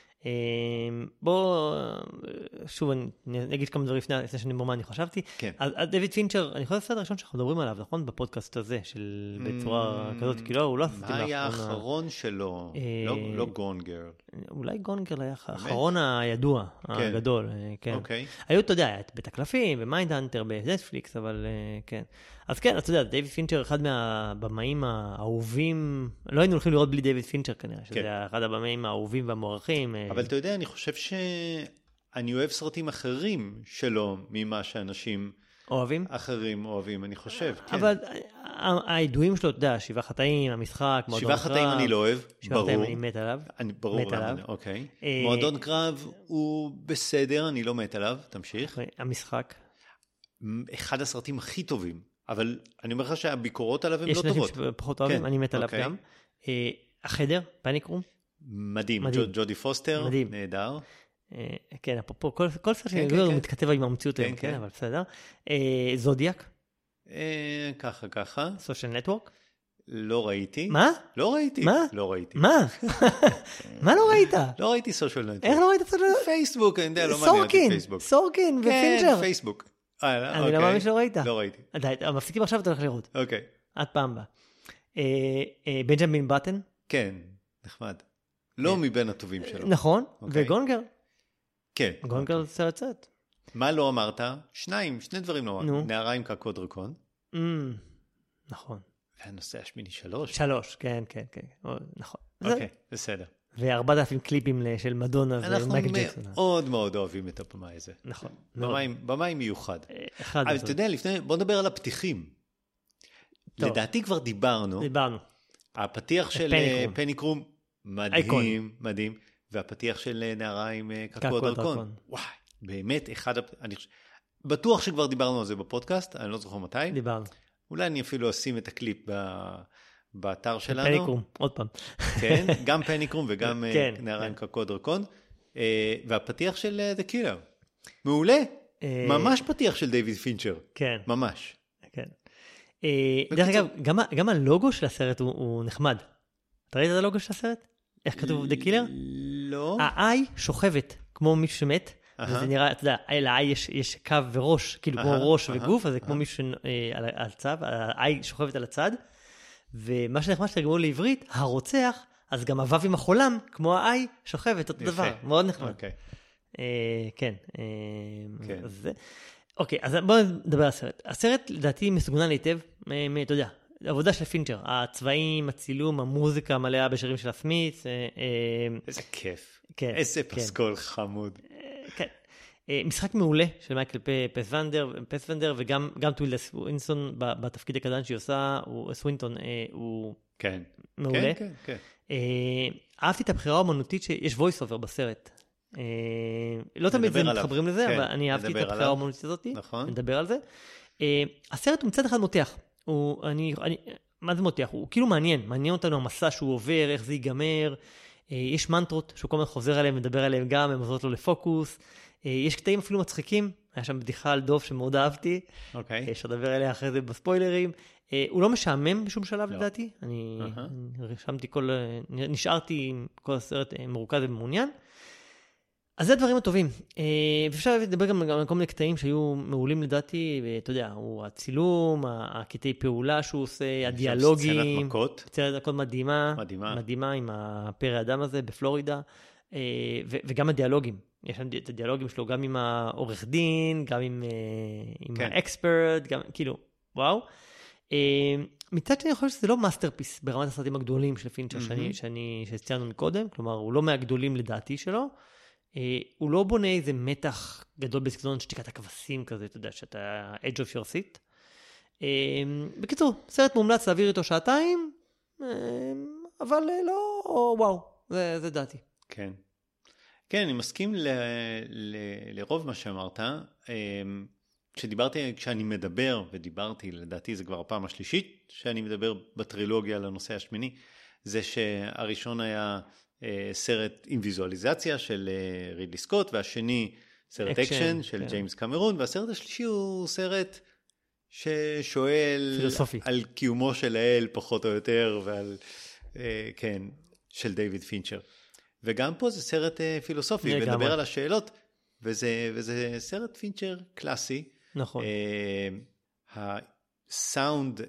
בוא, שוב, אני אגיד כמה דברים לפני שאני אומר מה אני חשבתי.
כן.
אז דיוויד פינצ'ר, אני חושב הסרט הראשון שאנחנו מדברים עליו, נכון? בפודקאסט הזה, של בצורה כזאת, כי לא, הוא לא עשיתי
מה היה האחרון שלו? לא גון גרל.
אולי גון גרל היה האחרון הידוע, הגדול. כן.
אוקיי.
היו, אתה יודע, היה את בית הקלפים, ומיינד הנטר, בנטפליקס, אבל כן. אז כן, אתה יודע, דיוויד פינצ'ר, אחד מהבמאים האהובים, לא היינו הולכים לראות בלי דיוויד פינצ'ר כנראה, שזה היה אחד הבמאים האהובים והמוערכים.
אבל אתה יודע, אני חושב שאני אוהב סרטים אחרים שלו, ממה שאנשים
אוהבים?
אחרים אוהבים, אני חושב, כן.
אבל הידועים שלו, אתה יודע, שבעה חטאים, המשחק, מועדון קרב.
שבעה חטאים אני לא אוהב, ברור.
שבעה חטאים אני מת עליו.
ברור, אוקיי. מועדון קרב הוא בסדר, אני לא מת עליו, תמשיך.
המשחק.
אחד הסרטים הכי טובים. אבל אני אומר לך שהביקורות עליו הן לא טובות.
יש אנשים שפחות אוהבים, אני מת עליו גם. החדר, פניק רום.
מדהים, ג'ודי פוסטר, נהדר.
כן, אפרופו, כל סרט שאני אומר הוא מתכתב עם המציאות היום, כן, אבל בסדר. זודיאק.
ככה, ככה.
סושיאל נטוורק.
לא ראיתי.
מה?
לא ראיתי.
מה?
לא ראיתי.
מה? מה לא ראית?
לא ראיתי סושיאל נטוורק.
איך לא ראית סושיאל נטוורק?
פייסבוק, אני יודע, לא מעניין אותי פייסבוק.
סורקין ופינצ'ר.
כן, פייסבוק.
אני לא מאמין שלא ראית.
לא ראיתי.
מפסיקים עכשיו, אתה הולך לראות.
אוקיי.
עד פעם בה. בנג'מין בטן.
כן, נחמד. לא מבין הטובים שלו.
נכון, וגונגר.
כן.
גונגר זה סרט סרט.
מה לא אמרת? שניים, שני דברים לא אמרת. נערה עם קעקוע דרקון.
נכון.
והנושא השמיני שלוש.
שלוש, כן, כן, כן. נכון.
אוקיי, בסדר.
וארבעת אלפים קליפים של מדונה ומייקל ג'קסון.
אנחנו מאוד מאוד אוהבים את הבמאי הזה.
נכון.
במאי מיוחד.
אחד.
אבל אתה יודע, לפני, בוא נדבר על הפתיחים. לדעתי כבר דיברנו.
דיברנו.
הפתיח של פניק רום, מדהים, מדהים. והפתיח של נערה עם קעקוע דרקון. וואי, באמת אחד, אני חושב, בטוח שכבר דיברנו על זה בפודקאסט, אני לא זוכר מתי.
דיברנו.
אולי אני אפילו אשים את הקליפ באתר שלנו.
פניק רום, עוד פעם.
כן, גם פניק רום וגם נערה עם קעקוע דרקון. והפתיח של The Killer. מעולה. ממש פתיח של דיוויד פינצ'ר.
כן.
ממש.
כן. דרך אגב, גם הלוגו של הסרט הוא נחמד. אתה ראית את הלוגו של הסרט? איך כתוב The Killer?
לא.
ה-I שוכבת, כמו מישהו שמת, וזה נראה, אתה יודע, ל-I יש קו וראש, כאילו כמו ראש וגוף, אז זה כמו מישהו על צו, ה-I שוכבת על הצד, ומה שנחמד שתרגמו לעברית, הרוצח, אז גם הוו עם החולם, כמו ה-I שוכבת, אותו דבר, מאוד נחמד. כן. אוקיי, אז בואו נדבר על הסרט. הסרט, לדעתי, מסוגנן היטב, אתה יודע, עבודה של פינצ'ר, הצבעים, הצילום, המוזיקה המלאה בשירים של הסמית.
איזה כיף. איזה פסקול חמוד.
כן. משחק מעולה של מייקל פסוונדר, וגם טווילדה סווינטון בתפקיד הקטן שהיא עושה, סווינטון הוא מעולה.
כן, כן, כן.
אהבתי את הבחירה האמנותית שיש voice over בסרט. לא תמיד זה מתחברים לזה, אבל אני אהבתי את הבחירה האמנותית הזאת. נכון. נדבר על זה. הסרט הוא מצד אחד מותח. הוא, אני, אני, מה זה מותח? הוא כאילו מעניין, מעניין אותנו המסע שהוא עובר, איך זה ייגמר, יש מנטרות שהוא כל הזמן חוזר עליהם, מדבר עליהם גם, הם עוזרות לו לפוקוס, יש קטעים אפילו מצחיקים, היה שם בדיחה על דוב שמאוד אהבתי, okay. אפשר לדבר עליה אחרי זה בספוילרים, הוא לא משעמם בשום שלב לדעתי, אני רשמתי כל, נשארתי עם כל הסרט מרוכז ומעוניין, אז זה הדברים הטובים, ואפשר לדבר גם על כל מיני קטעים שהיו מעולים לדעתי, ואתה יודע, הוא הצילום, הקטעי פעולה שהוא עושה, הדיאלוגים,
סצנת מכות,
סצנת מכות מדהימה,
מדהימה,
מדהימה עם הפרא אדם הזה בפלורידה, וגם הדיאלוגים, יש שם את הדיאלוגים שלו גם עם העורך דין, גם עם האקספרט, גם כאילו, וואו. מצד שני, אני חושב שזה לא מאסטרפיס ברמת הסרטים הגדולים של פינצ'ר שאני שציינו מקודם, כלומר, הוא לא מהגדולים לדעתי שלו, הוא לא בונה איזה מתח גדול בסגנון שתיקת הכבשים כזה, אתה יודע, שאתה edge of your seat. בקיצור, סרט מומלץ להעביר איתו שעתיים, אבל לא, וואו, זה דעתי.
כן. כן, אני מסכים ל, ל, לרוב מה שאמרת. כשדיברתי, כשאני מדבר, ודיברתי, לדעתי זה כבר הפעם השלישית, שאני מדבר בטרילוגיה על הנושא השמיני, זה שהראשון היה סרט עם ויזואליזציה של רידלי סקוט, והשני סרט אקשן של ג'יימס קמרון, והסרט השלישי הוא סרט ששואל
פילוסופי.
על קיומו של האל פחות או יותר, ועל, כן, של דיוויד פינצ'ר. וגם פה זה סרט פילוסופי, ודבר על השאלות, וזה, וזה סרט פינצ'ר קלאסי.
נכון.
הסאונד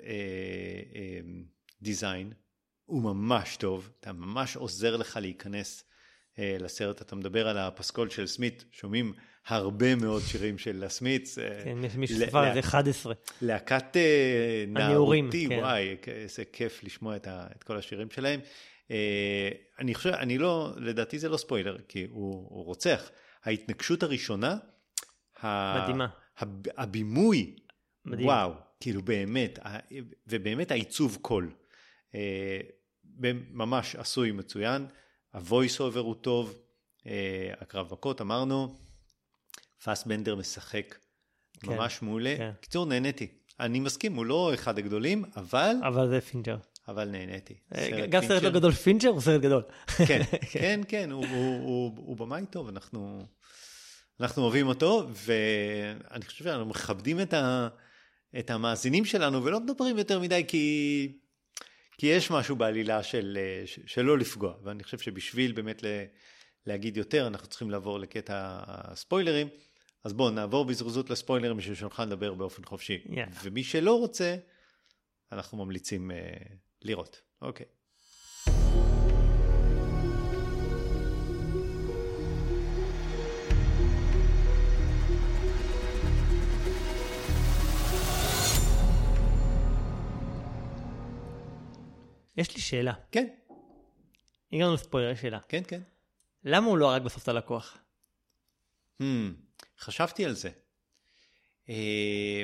דיזיין הוא ממש טוב, אתה ממש עוזר לך להיכנס לסרט, אתה מדבר על הפסקול של סמית, שומעים הרבה מאוד שירים של סמית.
כן, מי שספר את זה אחד עשרה.
להקת נערותי, וואי, איזה כיף לשמוע את כל השירים שלהם. אני חושב, אני לא, לדעתי זה לא ספוילר, כי הוא, הוא רוצח. ההתנגשות הראשונה,
מדהימה.
הבימוי,
מדהים.
וואו, כאילו באמת, ובאמת העיצוב קול, ממש עשוי מצוין, ה-voice over הוא טוב, הקרב מכות, אמרנו, פאסבנדר משחק
כן,
ממש מעולה,
כן.
קיצור נהניתי, אני מסכים, הוא לא אחד הגדולים, אבל...
אבל זה פינצ'ר.
אבל נהניתי.
גם סרט לא גדול פינצ'ר, הוא סרט גדול.
כן, כן, כן, הוא, הוא, הוא, הוא במאי טוב, אנחנו, אנחנו אוהבים אותו, ואני חושב שאנחנו מכבדים את, ה, את המאזינים שלנו, ולא מדברים יותר מדי, כי, כי יש משהו בעלילה של, שלא לפגוע, ואני חושב שבשביל באמת להגיד יותר, אנחנו צריכים לעבור לקטע הספוילרים, אז בואו נעבור בזרזות לספוילרים, בשביל שנוכל לדבר באופן חופשי.
Yeah.
ומי שלא רוצה, אנחנו ממליצים uh, לראות. אוקיי.
יש לי שאלה.
כן.
הגענו לספוילר, שאלה.
כן, כן.
למה הוא לא הרג בסוף את הלקוח?
Hmm, חשבתי על זה. אה...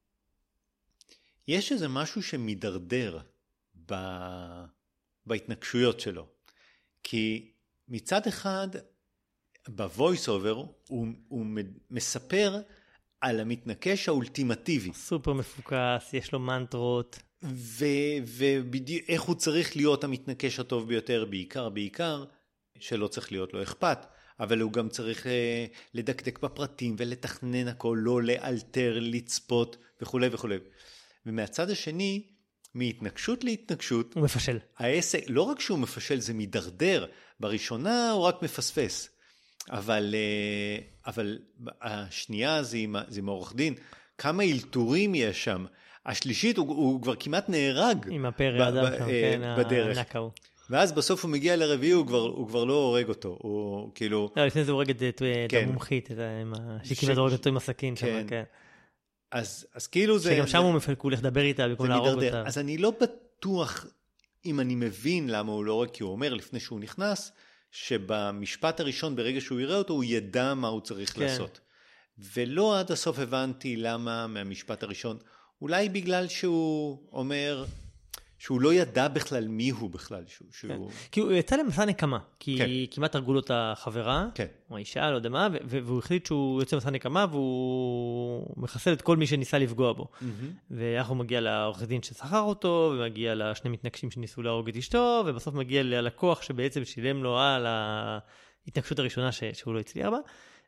יש איזה משהו שמדרדר ב... בהתנגשויות שלו. כי מצד אחד, ב-voice over, הוא, הוא מספר על המתנקש האולטימטיבי.
סופר מפוקס, יש לו מנטרות.
ואיך הוא צריך להיות המתנקש הטוב ביותר, בעיקר, בעיקר, שלא צריך להיות לו אכפת. אבל הוא גם צריך לדקדק בפרטים ולתכנן הכל, לא לאלתר, לצפות וכו' וכו'. ומהצד השני, מהתנגשות להתנגשות,
הוא מפשל.
העסק, לא רק שהוא מפשל, זה מדרדר. בראשונה הוא רק מפספס. אבל, אבל השנייה זה עם, זה עם העורך דין. כמה אילתורים יש שם. השלישית הוא, הוא כבר כמעט נהרג.
עם הפרא אדם שם, כן,
בדרך.
הנקאו.
ואז בסוף הוא מגיע לרביעי, הוא כבר, הוא כבר לא הורג אותו. הוא כאילו...
לא, לפני זה הוא הורג את, את כן. המומחית, את שכמעט הורג אותו עם הסכין
כן.
שם, כן.
אז, אז כאילו זה...
שגם שם הוא מפלקו לך לדבר איתה, במקום להרוג אותה.
אז אני לא בטוח אם אני מבין למה הוא לא הורג, כי הוא אומר לפני שהוא נכנס, שבמשפט הראשון, ברגע שהוא יראה אותו, הוא ידע מה הוא צריך כן. לעשות. ולא עד הסוף הבנתי למה מהמשפט הראשון, אולי בגלל שהוא אומר... שהוא לא ידע בכלל מי הוא בכלל. שהוא, שהוא...
כי הוא יצא למסע נקמה, כי
כן.
כמעט הרגו לו את החברה,
כן.
או האישה, לא יודע מה, והוא החליט שהוא יוצא למסע נקמה, והוא מחסל את כל מי שניסה לפגוע בו. Mm-hmm. ואנחנו מגיע לעורך דין ששכר אותו, ומגיע לשני מתנגשים שניסו להרוג את אשתו, ובסוף מגיע ללקוח שבעצם שילם לו על ההתנגשות הראשונה ש... שהוא לא הצליח בה.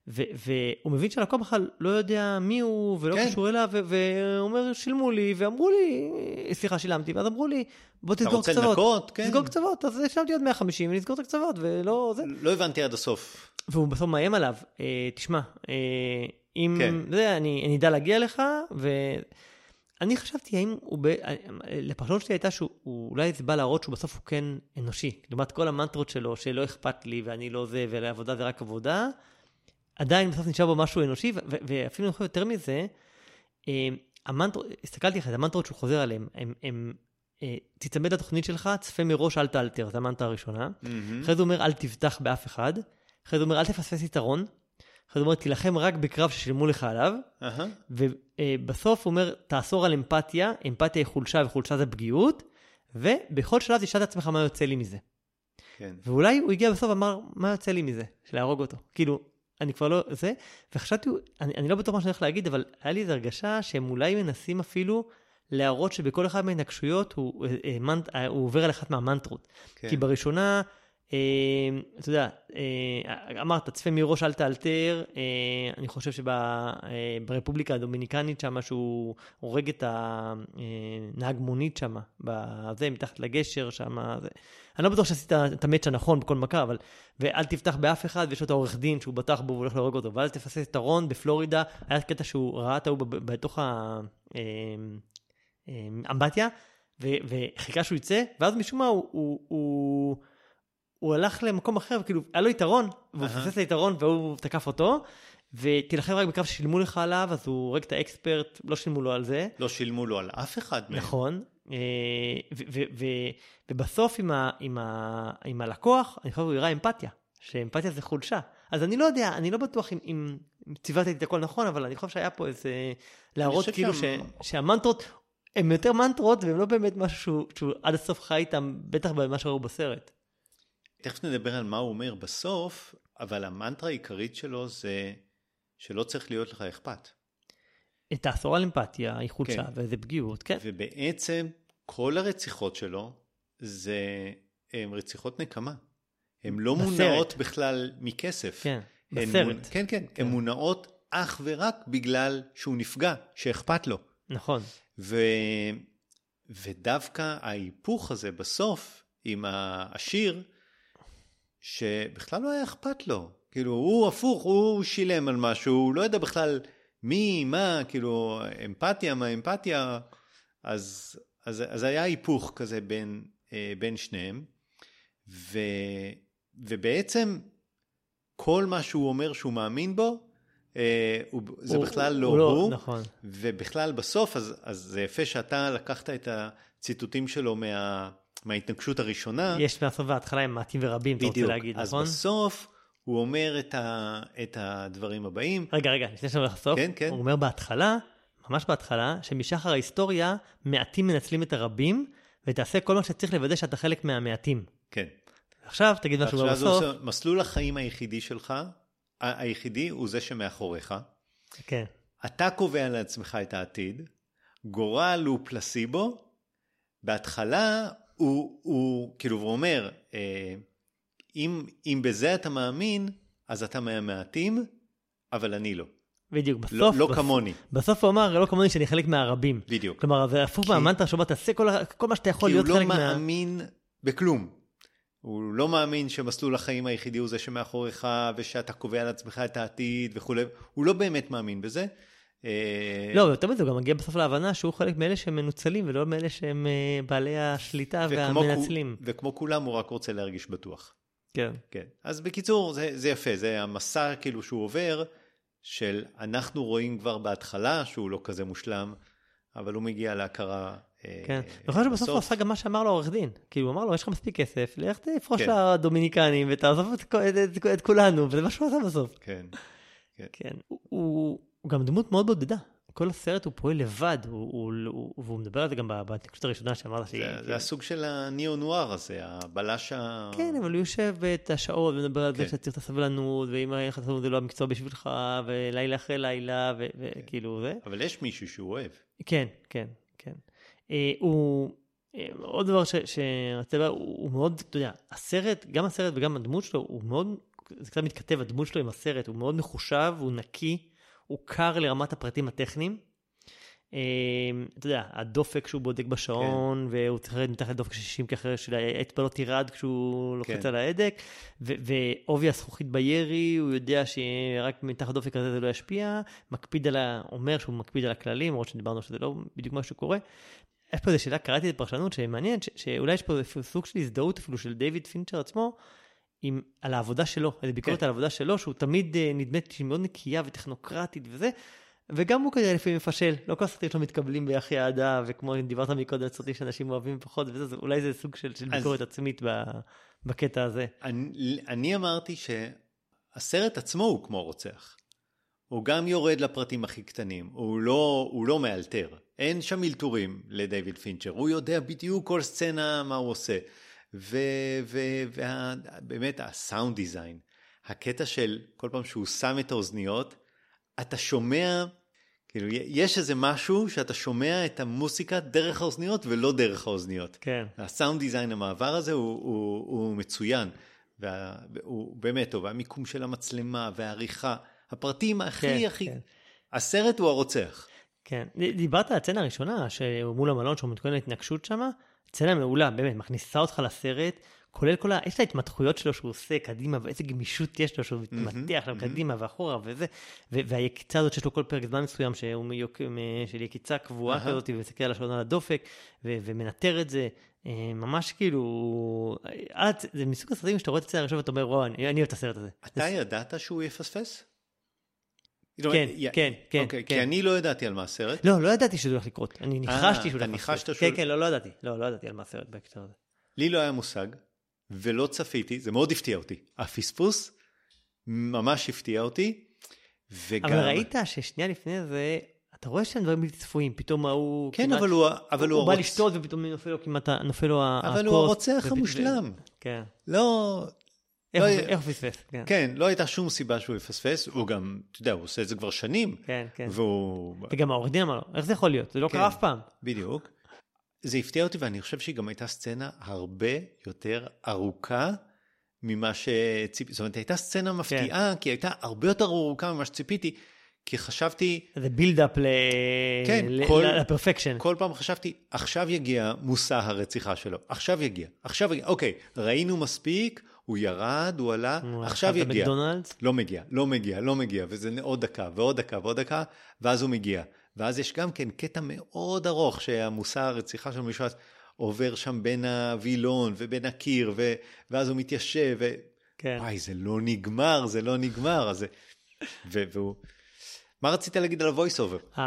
והוא מבין שהלקוח בכלל לא יודע מי הוא, ולא קשור אליו, והוא אומר, שילמו לי, ואמרו לי, סליחה, שילמתי, ואז אמרו לי, בוא תסגור קצוות. אתה רוצה לנקות? כן. תסגור קצוות, אז שילמתי עוד מאה וחמישים, ונסגור את הקצוות, ולא זה.
לא הבנתי עד הסוף.
והוא בסוף מאיים עליו, תשמע, אם זה, אני אדע להגיע לך, ואני חשבתי, האם הוא, לפרשנות שלי הייתה שהוא, אולי זה בא להראות שהוא בסוף הוא כן אנושי. לעומת כל המנטרות שלו, שלא אכפת לי, ואני לא זה, ולעבודה זה רק עבודה, עדיין בסוף נשאר בו משהו אנושי, ואפילו אני חושב יותר מזה, המנטרות, הסתכלתי לך, המנטרות שהוא חוזר עליהן, הם, תצמד לתוכנית שלך, צפה מראש, אל תאלתר, זו המנטרה הראשונה. אחרי זה אומר, אל תבטח באף אחד. אחרי זה אומר, אל תפספס יתרון. אחרי זה אומר, תילחם רק בקרב ששילמו לך עליו. ובסוף הוא אומר, תאסור על אמפתיה, אמפתיה היא חולשה, וחולשה זה פגיעות, ובכל שלב תשאל את עצמך מה יוצא לי מזה. ואולי הוא הגיע בסוף ואמר, מה יוצא לי מזה? של להרוג אותו. כאילו, אני כבר לא, זה, וחשבתי, אני, אני לא בטוח מה שאני הולך להגיד, אבל היה לי איזו הרגשה שהם אולי מנסים אפילו להראות שבכל אחד מההתנגשויות הוא, הוא עובר על אחת מהמנטרות. כן. כי בראשונה, אה, אתה יודע, אה, אמרת, צפה מראש אל תאלתר, אה, אני חושב שברפובליקה הדומיניקנית שם, שהוא הורג את הנהג מונית שם, בזה, מתחת לגשר שם, זה. אני לא בטוח שעשית את המאץ' הנכון בכל מכה, אבל, ואל תפתח באף אחד, ויש לו את העורך דין שהוא בטח בו והולך להרוג אותו, ואל תפסס את הרון בפלורידה, היה קטע שהוא ראה את ההוא בתוך האמבטיה, וחיכה שהוא יצא, ואז משום מה הוא, הוא, הוא, הוא הלך למקום אחר, וכאילו, היה לו יתרון, והוא פסס ליתרון, והוא תקף אותו, ותלחם רק בקרב ששילמו לך עליו, אז הוא הורג את האקספרט, לא שילמו לו על זה.
לא שילמו לו על אף אחד מהם.
נכון. ובסוף עם הלקוח, אני חושב שהוא יראה אמפתיה, שאמפתיה זה חולשה. אז אני לא יודע, אני לא בטוח אם ציוותתי את הכל נכון, אבל אני חושב שהיה פה איזה, להראות כאילו שהמנטרות, הם יותר מנטרות, והם לא באמת משהו שהוא עד הסוף חי איתם, בטח במה שראו בסרט.
תכף נדבר על מה הוא אומר בסוף, אבל המנטרה העיקרית שלו זה שלא צריך להיות לך אכפת.
את האסור על אמפתיה, היא חולשה, כן. וזה פגיעות, כן.
ובעצם כל הרציחות שלו זה הם רציחות נקמה. הן לא בסרט. מונעות בכלל מכסף.
כן, בסרט.
מונ... כן, כן, כן. הן מונעות אך ורק בגלל שהוא נפגע, שאכפת לו.
נכון.
ו... ודווקא ההיפוך הזה בסוף עם העשיר, שבכלל לא היה אכפת לו. כאילו, הוא הפוך, הוא שילם על משהו, הוא לא ידע בכלל מי, מה, כאילו, אמפתיה, מה אמפתיה, אז, אז, אז היה היפוך כזה בין, בין שניהם, ו, ובעצם כל מה שהוא אומר שהוא מאמין בו, הוא, זה הוא, בכלל לא הוא, הוא, הוא
נכון.
ובכלל בסוף, אז, אז זה יפה שאתה לקחת את הציטוטים שלו מה, מההתנגשות הראשונה.
יש מהסוף וההתחלה הם מעטים ורבים, אתה רוצה להגיד,
אז
נכון?
אז בסוף, הוא אומר את, ה, את הדברים הבאים.
רגע, רגע, לפני שאני הולך לסוף,
כן, כן.
הוא אומר בהתחלה, ממש בהתחלה, שמשחר ההיסטוריה, מעטים מנצלים את הרבים, ותעשה כל מה שצריך לוודא שאתה חלק מהמעטים.
כן.
עכשיו תגיד משהו בסוף.
מסלול החיים היחידי שלך, היחידי הוא זה שמאחוריך.
כן.
אתה קובע לעצמך את העתיד, גורל הוא פלסיבו, בהתחלה הוא, הוא כאילו, הוא אומר, אה, אם, אם בזה אתה מאמין, אז אתה מהמעטים, אבל אני לא.
בדיוק, בסוף...
לא, לא
בסוף,
כמוני.
בסוף הוא אמר, לא כמוני שאני חלק מהרבים.
בדיוק.
כלומר, זה הפוך כי... מהמנטרה שבה תעשה כל, כל מה שאתה יכול להיות חלק מה...
כי הוא לא מאמין בכלום. הוא לא מאמין שמסלול החיים היחידי הוא זה שמאחוריך, ושאתה קובע לעצמך את העתיד וכו'. הוא לא באמת מאמין בזה.
לא, ויותר מזה, הוא גם מגיע בסוף להבנה שהוא חלק מאלה שהם מנוצלים, ולא מאלה שהם בעלי השליטה והמנצלים.
וכמו כולם, הוא רק רוצה להרגיש בטוח.
כן.
כן. אז בקיצור, זה, זה יפה. זה המסע כאילו שהוא עובר, של אנחנו רואים כבר בהתחלה שהוא לא כזה מושלם, אבל הוא מגיע להכרה
כן. אני חושב שבסוף הוא עשה גם מה שאמר לו העורך דין. כאילו, הוא אמר לו, יש לך מספיק כסף, לך תפרוש לדומיניקנים, ותעזוב את כולנו, וזה מה שהוא עשה בסוף.
כן.
כן. הוא גם דמות מאוד בודדה. כל הסרט הוא פועל לבד, והוא מדבר על זה גם בתקשורת הראשונה שאמרת שהיא...
זה הסוג של הניאו-נואר הזה, הבלש ה...
כן, אבל הוא יושב את השעות ומדבר על זה שצריך את הסבלנות, ואם היה לך הסבלנות זה לא המקצוע בשבילך, ולילה אחרי לילה, וכאילו זה.
אבל יש מישהו שהוא אוהב.
כן, כן, כן. הוא... עוד דבר שרציתי לדבר, הוא מאוד, אתה יודע, הסרט, גם הסרט וגם הדמות שלו, הוא מאוד זה קצת מתכתב, הדמות שלו עם הסרט, הוא מאוד מחושב, הוא נקי, הוא קר לרמת הפרטים הטכניים. אתה יודע, הדופק שהוא בודק בשעון, והוא צריך לרדת מתחת לדופק שישים ככה שהאצבע לא תירד כשהוא לוחץ על ההדק, ועובי הזכוכית בירי, הוא יודע שרק מתחת לדופק הזה זה לא ישפיע, מקפיד על ה... אומר שהוא מקפיד על הכללים, למרות שדיברנו שזה לא בדיוק מה שקורה. יש פה איזו שאלה, קראתי את הפרשנות שמעניינת, שאולי יש פה סוג של הזדהות אפילו של דיוויד פינצ'ר עצמו, עם, על העבודה שלו, איזו ביקורת על העבודה שלו, שהוא תמיד נדמה שהיא מאוד נקייה וטכנוקרטית וזה, וגם הוא כזה לפעמים מפשל, לא כל הסרטים שלו מתקבלים ביחי אהדה, וכמו דיברת מקודם על סרטים שאנשים אוהבים פחות, וזה, אולי זה סוג של, של ביקורת עצמית בקטע הזה.
אני, אני אמרתי שהסרט עצמו הוא כמו רוצח. הוא גם יורד לפרטים הכי קטנים, הוא לא, הוא לא מאלתר. אין שם מלתורים לדיוויד פינצ'ר, הוא יודע בדיוק כל סצנה מה הוא עושה. ובאמת הסאונד דיזיין, הקטע של כל פעם שהוא שם את האוזניות, אתה שומע, כאילו יש איזה משהו שאתה שומע את המוסיקה דרך האוזניות ולא דרך האוזניות.
כן.
הסאונד דיזיין, המעבר הזה הוא, הוא, הוא מצוין, והוא באמת טוב, המיקום של המצלמה והעריכה, הפרטים הכי
כן,
הכי,
כן.
הסרט הוא הרוצח.
כן, דיברת על הצנה הראשונה, שהוא מול המלון, שהוא מתכונן להתנגשות שם, צנה מעולה, באמת, מכניסה אותך לסרט, כולל כל ה... יש לה התמתחויות שלו שהוא עושה קדימה, ואיזה גמישות יש לו, שהוא מתמתח שם קדימה ואחורה וזה, והיקיצה הזאת שיש לו כל פרק זמן מסוים, של יקיצה קבועה כזאת, ומסתכל על השעון על הדופק, ומנטר את זה, ממש כאילו... זה מסוג הסרטים שאתה רואה את הצנה הראשון, ואתה אומר, וואו, אני אוהב את הסרט הזה.
אתה ידעת שהוא יפספס?
כן, כן, כן.
כי אני לא ידעתי על מה הסרט.
לא, לא ידעתי שזה הולך לקרות. אני ניחשתי שהוא
הולך לקרות.
כן, כן, לא, לא ידעתי. לא, לא ידעתי על מה הסרט בהקשר הזה.
לי לא היה מושג, ולא צפיתי, זה מאוד הפתיע אותי. הפספוס ממש הפתיע אותי, וגם...
אבל ראית ששנייה לפני זה, אתה רואה שהם דברים בלתי צפויים, פתאום הוא...
כן, אבל הוא...
הוא בא לשתות ופתאום נופל לו כמעט, נופל לו הכוס.
אבל הוא הרוצח המושלם.
כן.
לא...
איך הוא פספס?
כן, לא הייתה שום סיבה שהוא יפספס, הוא גם, אתה יודע, הוא עושה את זה כבר שנים.
כן, כן.
והוא...
וגם העורך דין אמר לו, איך זה יכול להיות? זה לא קרה אף פעם.
בדיוק. זה הפתיע אותי, ואני חושב שהיא גם הייתה סצנה הרבה יותר ארוכה ממה שציפיתי. זאת אומרת, הייתה סצנה מפתיעה, כי הייתה הרבה יותר ארוכה ממה שציפיתי, כי חשבתי...
זה בילדאפ לפרפקשן.
כל פעם חשבתי, עכשיו יגיע מושא הרציחה שלו. עכשיו יגיע. עכשיו יגיע. אוקיי, ראינו מספיק, הוא ירד, הוא עלה, עכשיו יגיע. לא מגיע, לא מגיע, לא מגיע, וזה עוד דקה, ועוד דקה, ועוד דקה, ואז הוא מגיע. ואז יש גם כן קטע מאוד ארוך, שהמושא הרציחה של מישהו עובר שם בין הווילון ובין הקיר, ו... ואז הוא מתיישב, ו...
כן.
וואי, זה לא נגמר, זה לא נגמר. אז... ו... והוא... מה רצית להגיד על ה-voice over?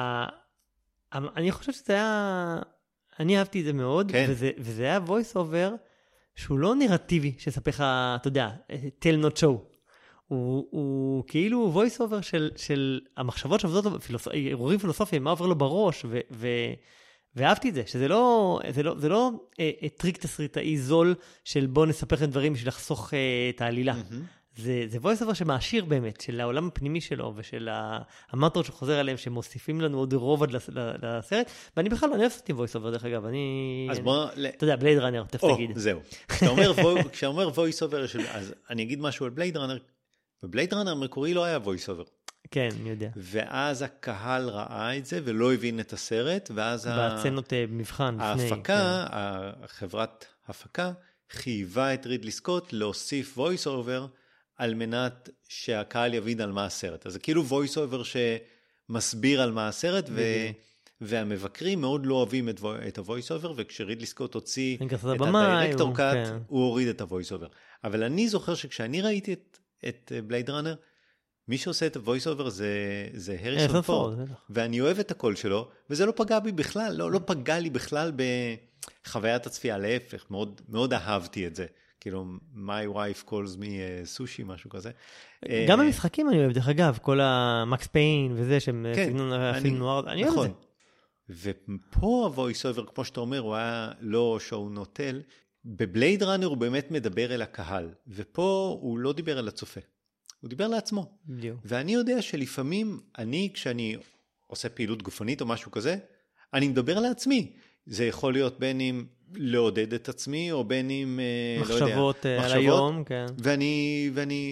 אני חושב שזה היה... אני אהבתי את זה מאוד,
כן.
וזה, וזה היה voice over שהוא לא נרטיבי, שספר לך, אתה יודע, tell not show. הוא, הוא כאילו voice over של, של המחשבות שעובדות, ערעורים פילוסופיים, מה עובר לו בראש, ו, ו, ואהבתי את זה, שזה לא, זה לא, זה לא אה, אה, טריק תסריטאי זול, של בוא נספר לכם דברים בשביל לחסוך אה, את העלילה. Mm-hmm. זה, זה voice over שמעשיר באמת, של העולם הפנימי שלו, ושל המטרות שחוזר עליהם, שמוסיפים לנו עוד רובד לסרט, ואני בכלל לא אוהב עם voice over, דרך אגב, אני...
אז בוא...
אתה יודע, בלייד ראנר, תכף תגיד.
זהו. כשאתה אומר voice over, אז אני אגיד משהו על בלייד ראנר, בבלייד ראנר המקורי לא היה voice over.
כן, אני יודע.
ואז הקהל ראה את זה, ולא הבין את הסרט, ואז...
בצנות מבחן.
ההפקה, החברת הפקה, חייבה את רידלי סקוט להוסיף voice over, על מנת שהקהל יבין על מה הסרט. אז זה כאילו voice over שמסביר על מה הסרט, ו... והמבקרים מאוד לא אוהבים את, את ה-voice over, וכשרידלי סקוט הוציא את הדירקטור קאט, הוא, כן. הוא הוריד את ה-voice over. אבל אני זוכר שכשאני ראיתי את, את בלייד ראנר, מי שעושה את ה-voice over זה, זה הריסון פורד, ואני אוהב את הקול שלו, וזה לא פגע בי בכלל, לא, לא פגע לי בכלל בחוויית הצפייה, להפך, מאוד, מאוד אהבתי את זה. כאילו, my wife calls me sushi, משהו כזה.
גם במשחקים אני אוהב, דרך אגב, כל המקס פיין וזה, שהם סגנון הפילם נואר, אני אוהב את
זה. ופה ה-voice over, כמו שאתה אומר, הוא היה לא שואו נוטל, בבלייד ראנר הוא באמת מדבר אל הקהל, ופה הוא לא דיבר אל הצופה, הוא דיבר לעצמו. ואני יודע שלפעמים, אני, כשאני עושה פעילות גופנית או משהו כזה, אני מדבר לעצמי. זה יכול להיות בין אם לעודד את עצמי, או בין אם,
מחשבות, לא יודע, מחשבות, על היום, כן.
ואני, ואני,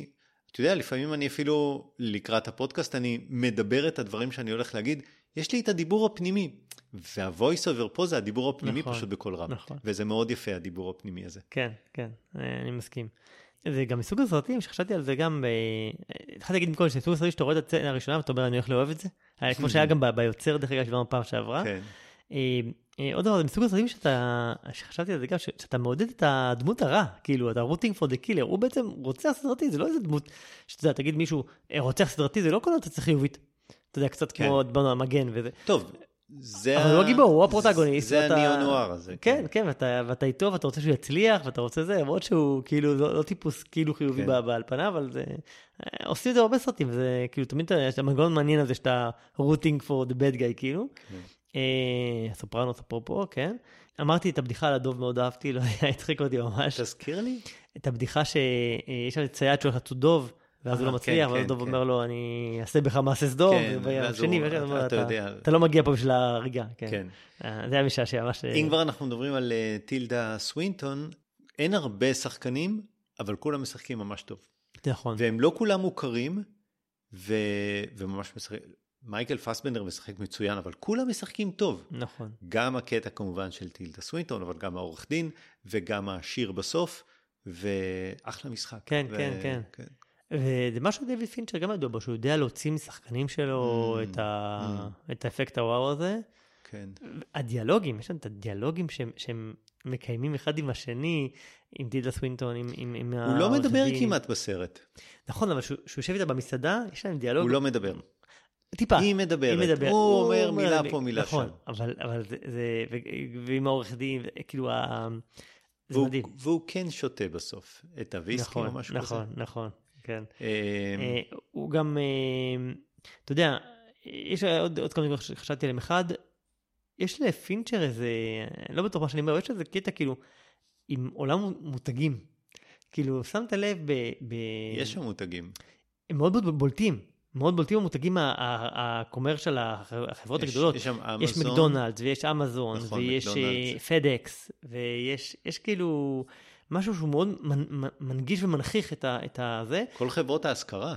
אתה יודע, לפעמים אני אפילו לקראת הפודקאסט, אני מדבר את הדברים שאני הולך להגיד, יש לי את הדיבור הפנימי, וה-voice over פה זה הדיבור הפנימי נכון, פשוט בכל רם. נכון. וזה מאוד יפה, הדיבור הפנימי הזה.
כן, כן, אני מסכים. זה גם מסוג הסרטים, שחשבתי על זה גם, התחלתי להגיד מכל שסוג הסרטים שאתה רואה את הצנה הראשונה, ואתה אומר, אני הולך לאהוב את זה. כמו שהיה גם ביוצר, דרך אגב, שבאנו פעם שעברה. כן. עוד דבר, זה מסוג הסרטים שאתה, שחשבתי על זה גם, שאתה מעודד את הדמות הרע, כאילו, אתה rooting for the killer, הוא בעצם רוצח סדרתי, זה לא איזה דמות, שאתה יודע, תגיד מישהו, רוצח סדרתי, זה לא כל אתה צריך חיובית. אתה יודע, קצת כמו דיברנו על מגן וזה.
טוב, זה...
אבל הוא הגיבור, הוא הפרוטגוניסט.
זה הניאו-נואר הזה.
כן, כן, ואתה איתו, ואתה רוצה שהוא יצליח, ואתה רוצה זה, למרות שהוא כאילו, לא טיפוס כאילו חיובי על פניו, אבל זה... עושים את זה הרבה סרטים, וזה כאילו, תמיד יש המנגנון מעניין הזה, שאתה rooting for the bad guy, כאילו. סופרנוס אפרופו, כן. אמרתי את הבדיחה על הדוב, מאוד אהבתי, לא היה, הצחיק אותי ממש.
תזכיר לי?
את הבדיחה שיש שם צייד שהולך לצוד דוב, ואז הוא לא מצליח, ואז דוב אומר לו, אני אעשה בך מעשה סדום, והשני, אתה לא מגיע פה בשביל הריגה. זה היה משעשע, ממש...
אם כבר אנחנו מדברים על טילדה סווינטון, אין הרבה שחקנים, אבל כולם משחקים ממש טוב.
נכון.
והם לא כולם מוכרים, וממש משחקים... מייקל פסבנדר משחק מצוין, אבל כולם משחקים טוב.
נכון.
גם הקטע כמובן של טילדה סווינטון, אבל גם העורך דין, וגם השיר בסוף, ואחלה משחק.
כן, כן, כן. וזה משהו דיוויד פינצ'ר גם ידוע בו, שהוא יודע להוציא משחקנים שלו את, ה... mm. את האפקט הוואו הזה.
כן.
הדיאלוגים, יש לנו את הדיאלוגים שהם, שהם מקיימים אחד עם השני, עם טילדה סווינטון, עם, עם, עם
הוא לא מדבר כמעט בסרט.
נכון, אבל שהוא יושב איתה במסעדה, יש להם דיאלוג.
הוא לא מדבר.
טיפה.
היא מדברת. היא מדבר. הוא, הוא אומר מילה פה, מילה
נכון,
שם.
אבל, אבל זה, זה ועם העורך דין, כאילו, ה... זה
והוא,
מדהים.
והוא כן שותה בסוף את הוויסקי
נכון,
או משהו
נכון,
כזה.
נכון, נכון. כן. הוא גם, אתה יודע, יש עוד, עוד כמה דברים שחשבתי עליהם. אחד, יש לפינצ'ר איזה, לא בטוח מה שאני אומר, יש איזה קטע כאילו, עם עולם מותגים. כאילו, שמת לב ב... ב...
יש שם מותגים.
הם מאוד מאוד בולטים. מאוד בולטים המותגים הקומרשל, החברות הגדולות.
יש שם אמזון.
יש מקדונלדס, ויש אמזון,
נכון,
ויש פדקס, ויש יש כאילו... משהו שהוא מאוד מנגיש ומנכיח את הזה.
כל חברות ההשכרה.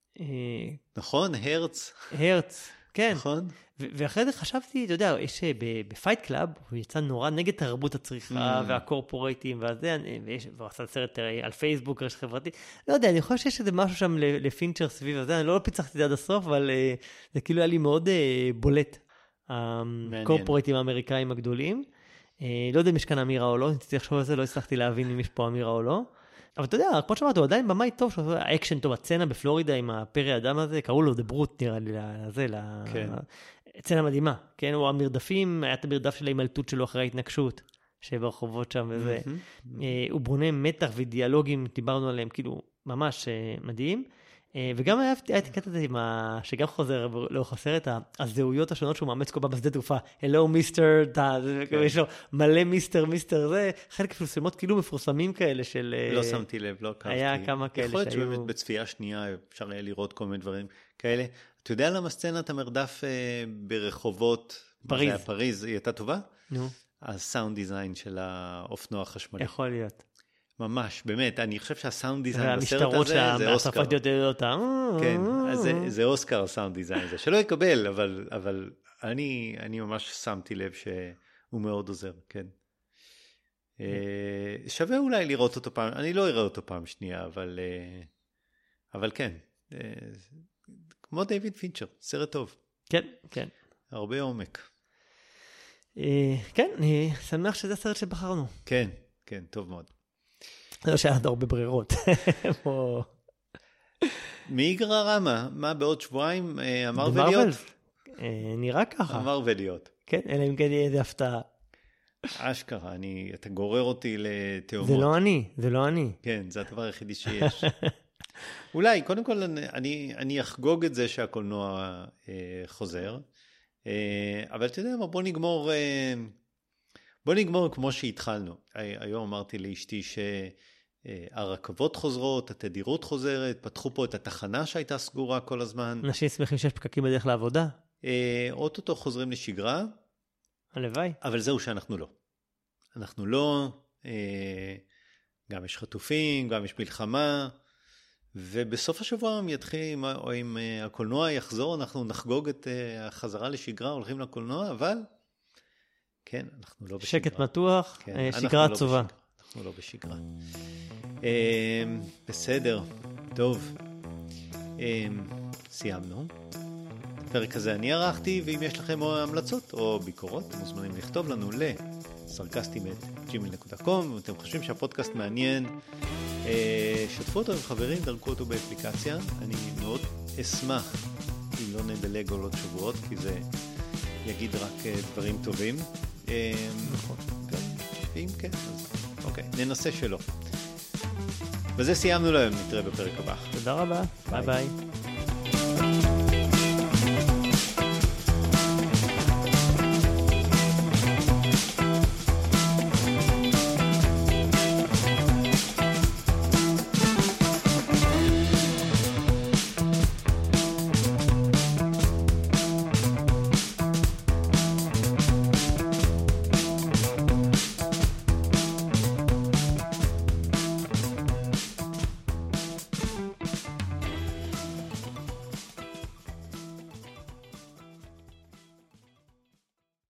נכון, הרץ.
הרץ, כן.
נכון.
ואחרי זה חשבתי, אתה יודע, יש בפייט קלאב, הוא יצא נורא נגד תרבות הצריכה והקורפורייטים והזה, והוא עשה סרט על פייסבוק, רשת חברתית. לא יודע, אני חושב שיש איזה משהו שם לפינצ'ר סביב הזה, אני לא פיצחתי את זה עד הסוף, אבל זה כאילו היה לי מאוד בולט. הקורפורייטים האמריקאים הגדולים. לא יודע אם יש כאן אמירה או לא, נצטרך לחשוב על זה, לא הצלחתי להבין אם יש פה אמירה או לא. אבל אתה יודע, כמו שאמרת, הוא עדיין במאי טוב, האקשן טוב, הצצנה בפלורידה עם הפרי אדם הזה, קראו לו The Brute נראה לי לזה, הצצנה מדהימה, כן? הוא המרדפים, היה את המרדף של ההימלטות שלו אחרי ההתנגשות, שברחובות שם וזה. הוא בונה מתח ודיאלוגים, דיברנו עליהם, כאילו, ממש מדהים. וגם היה את הקטע הזה, שגם חוזר, לא חסר את הזהויות השונות שהוא מאמץ כל פעם בשדה תעופה, הלו מיסטר, יש לו מלא מיסטר, מיסטר, זה חלק של סלמות כאילו מפורסמים כאלה של...
לא שמתי לב, לא קראתי.
היה כמה כאלה
שהיו... יכול להיות שבאמת בצפייה שנייה אפשר היה לראות כל מיני דברים כאלה. אתה יודע למה סצנת המרדף ברחובות...
פריז.
פריז, היא הייתה טובה?
נו.
הסאונד דיזיין של האופנוע החשמלי.
יכול להיות.
ממש, באמת, אני חושב שהסאונד דיזיין בסרט הזה זה אוסקר. כן, אז זה אוסקר הסאונד דיזיין הזה, שלא יקבל, אבל, אבל אני, אני ממש שמתי לב שהוא מאוד עוזר, כן. שווה אולי לראות אותו פעם, אני לא אראה אותו פעם שנייה, אבל, אבל כן, כמו דיוויד פינצ'ר, סרט טוב.
כן, כן.
הרבה עומק.
כן, אני שמח שזה הסרט שבחרנו.
כן, כן, טוב מאוד.
לא שהיה עוד הרבה ברירות.
מי יגרר מה? מה בעוד שבועיים? המרווליות?
נראה ככה.
המרווליות.
כן, אלא אם כן יהיה איזה הפתעה.
אשכרה, אתה גורר אותי לתאומות.
זה לא אני, זה לא אני.
כן, זה הדבר היחידי שיש. אולי, קודם כל אני, אני אחגוג את זה שהקולנוע חוזר, אבל אתה יודע מה, בוא נגמור... בוא נגמור כמו שהתחלנו. היום אמרתי לאשתי שהרכבות חוזרות, התדירות חוזרת, פתחו פה את התחנה שהייתה סגורה כל הזמן.
אנשים שמחים שיש פקקים בדרך לעבודה.
אוטוטו חוזרים לשגרה.
הלוואי.
אבל זהו שאנחנו לא. אנחנו לא, גם יש חטופים, גם יש מלחמה, ובסוף השבוע הם יתחיל, או אם הקולנוע יחזור, אנחנו נחגוג את החזרה לשגרה, הולכים לקולנוע, אבל כן, אנחנו לא בשגרה.
שקט מתוח,
כן,
שגרה עצובה.
לא אנחנו לא בשגרה. בסדר, טוב. סיימנו. הפרק הזה אני ערכתי, ואם יש לכם המלצות או ביקורות, מוזמנים לכתוב לנו ל-סרקסטים את ג'ימייל דוט קום. אם אתם חושבים שהפודקאסט מעניין, שתפו אותו עם חברים, דרכו אותו באפליקציה. אני מאוד אשמח אם לא נדלג על עוד שבועות, כי זה יגיד רק דברים טובים. נכון. ואם כן, אז אוקיי, ננסה שלא. וזה סיימנו להם, נתראה בפרק הבא.
תודה רבה, ביי ביי.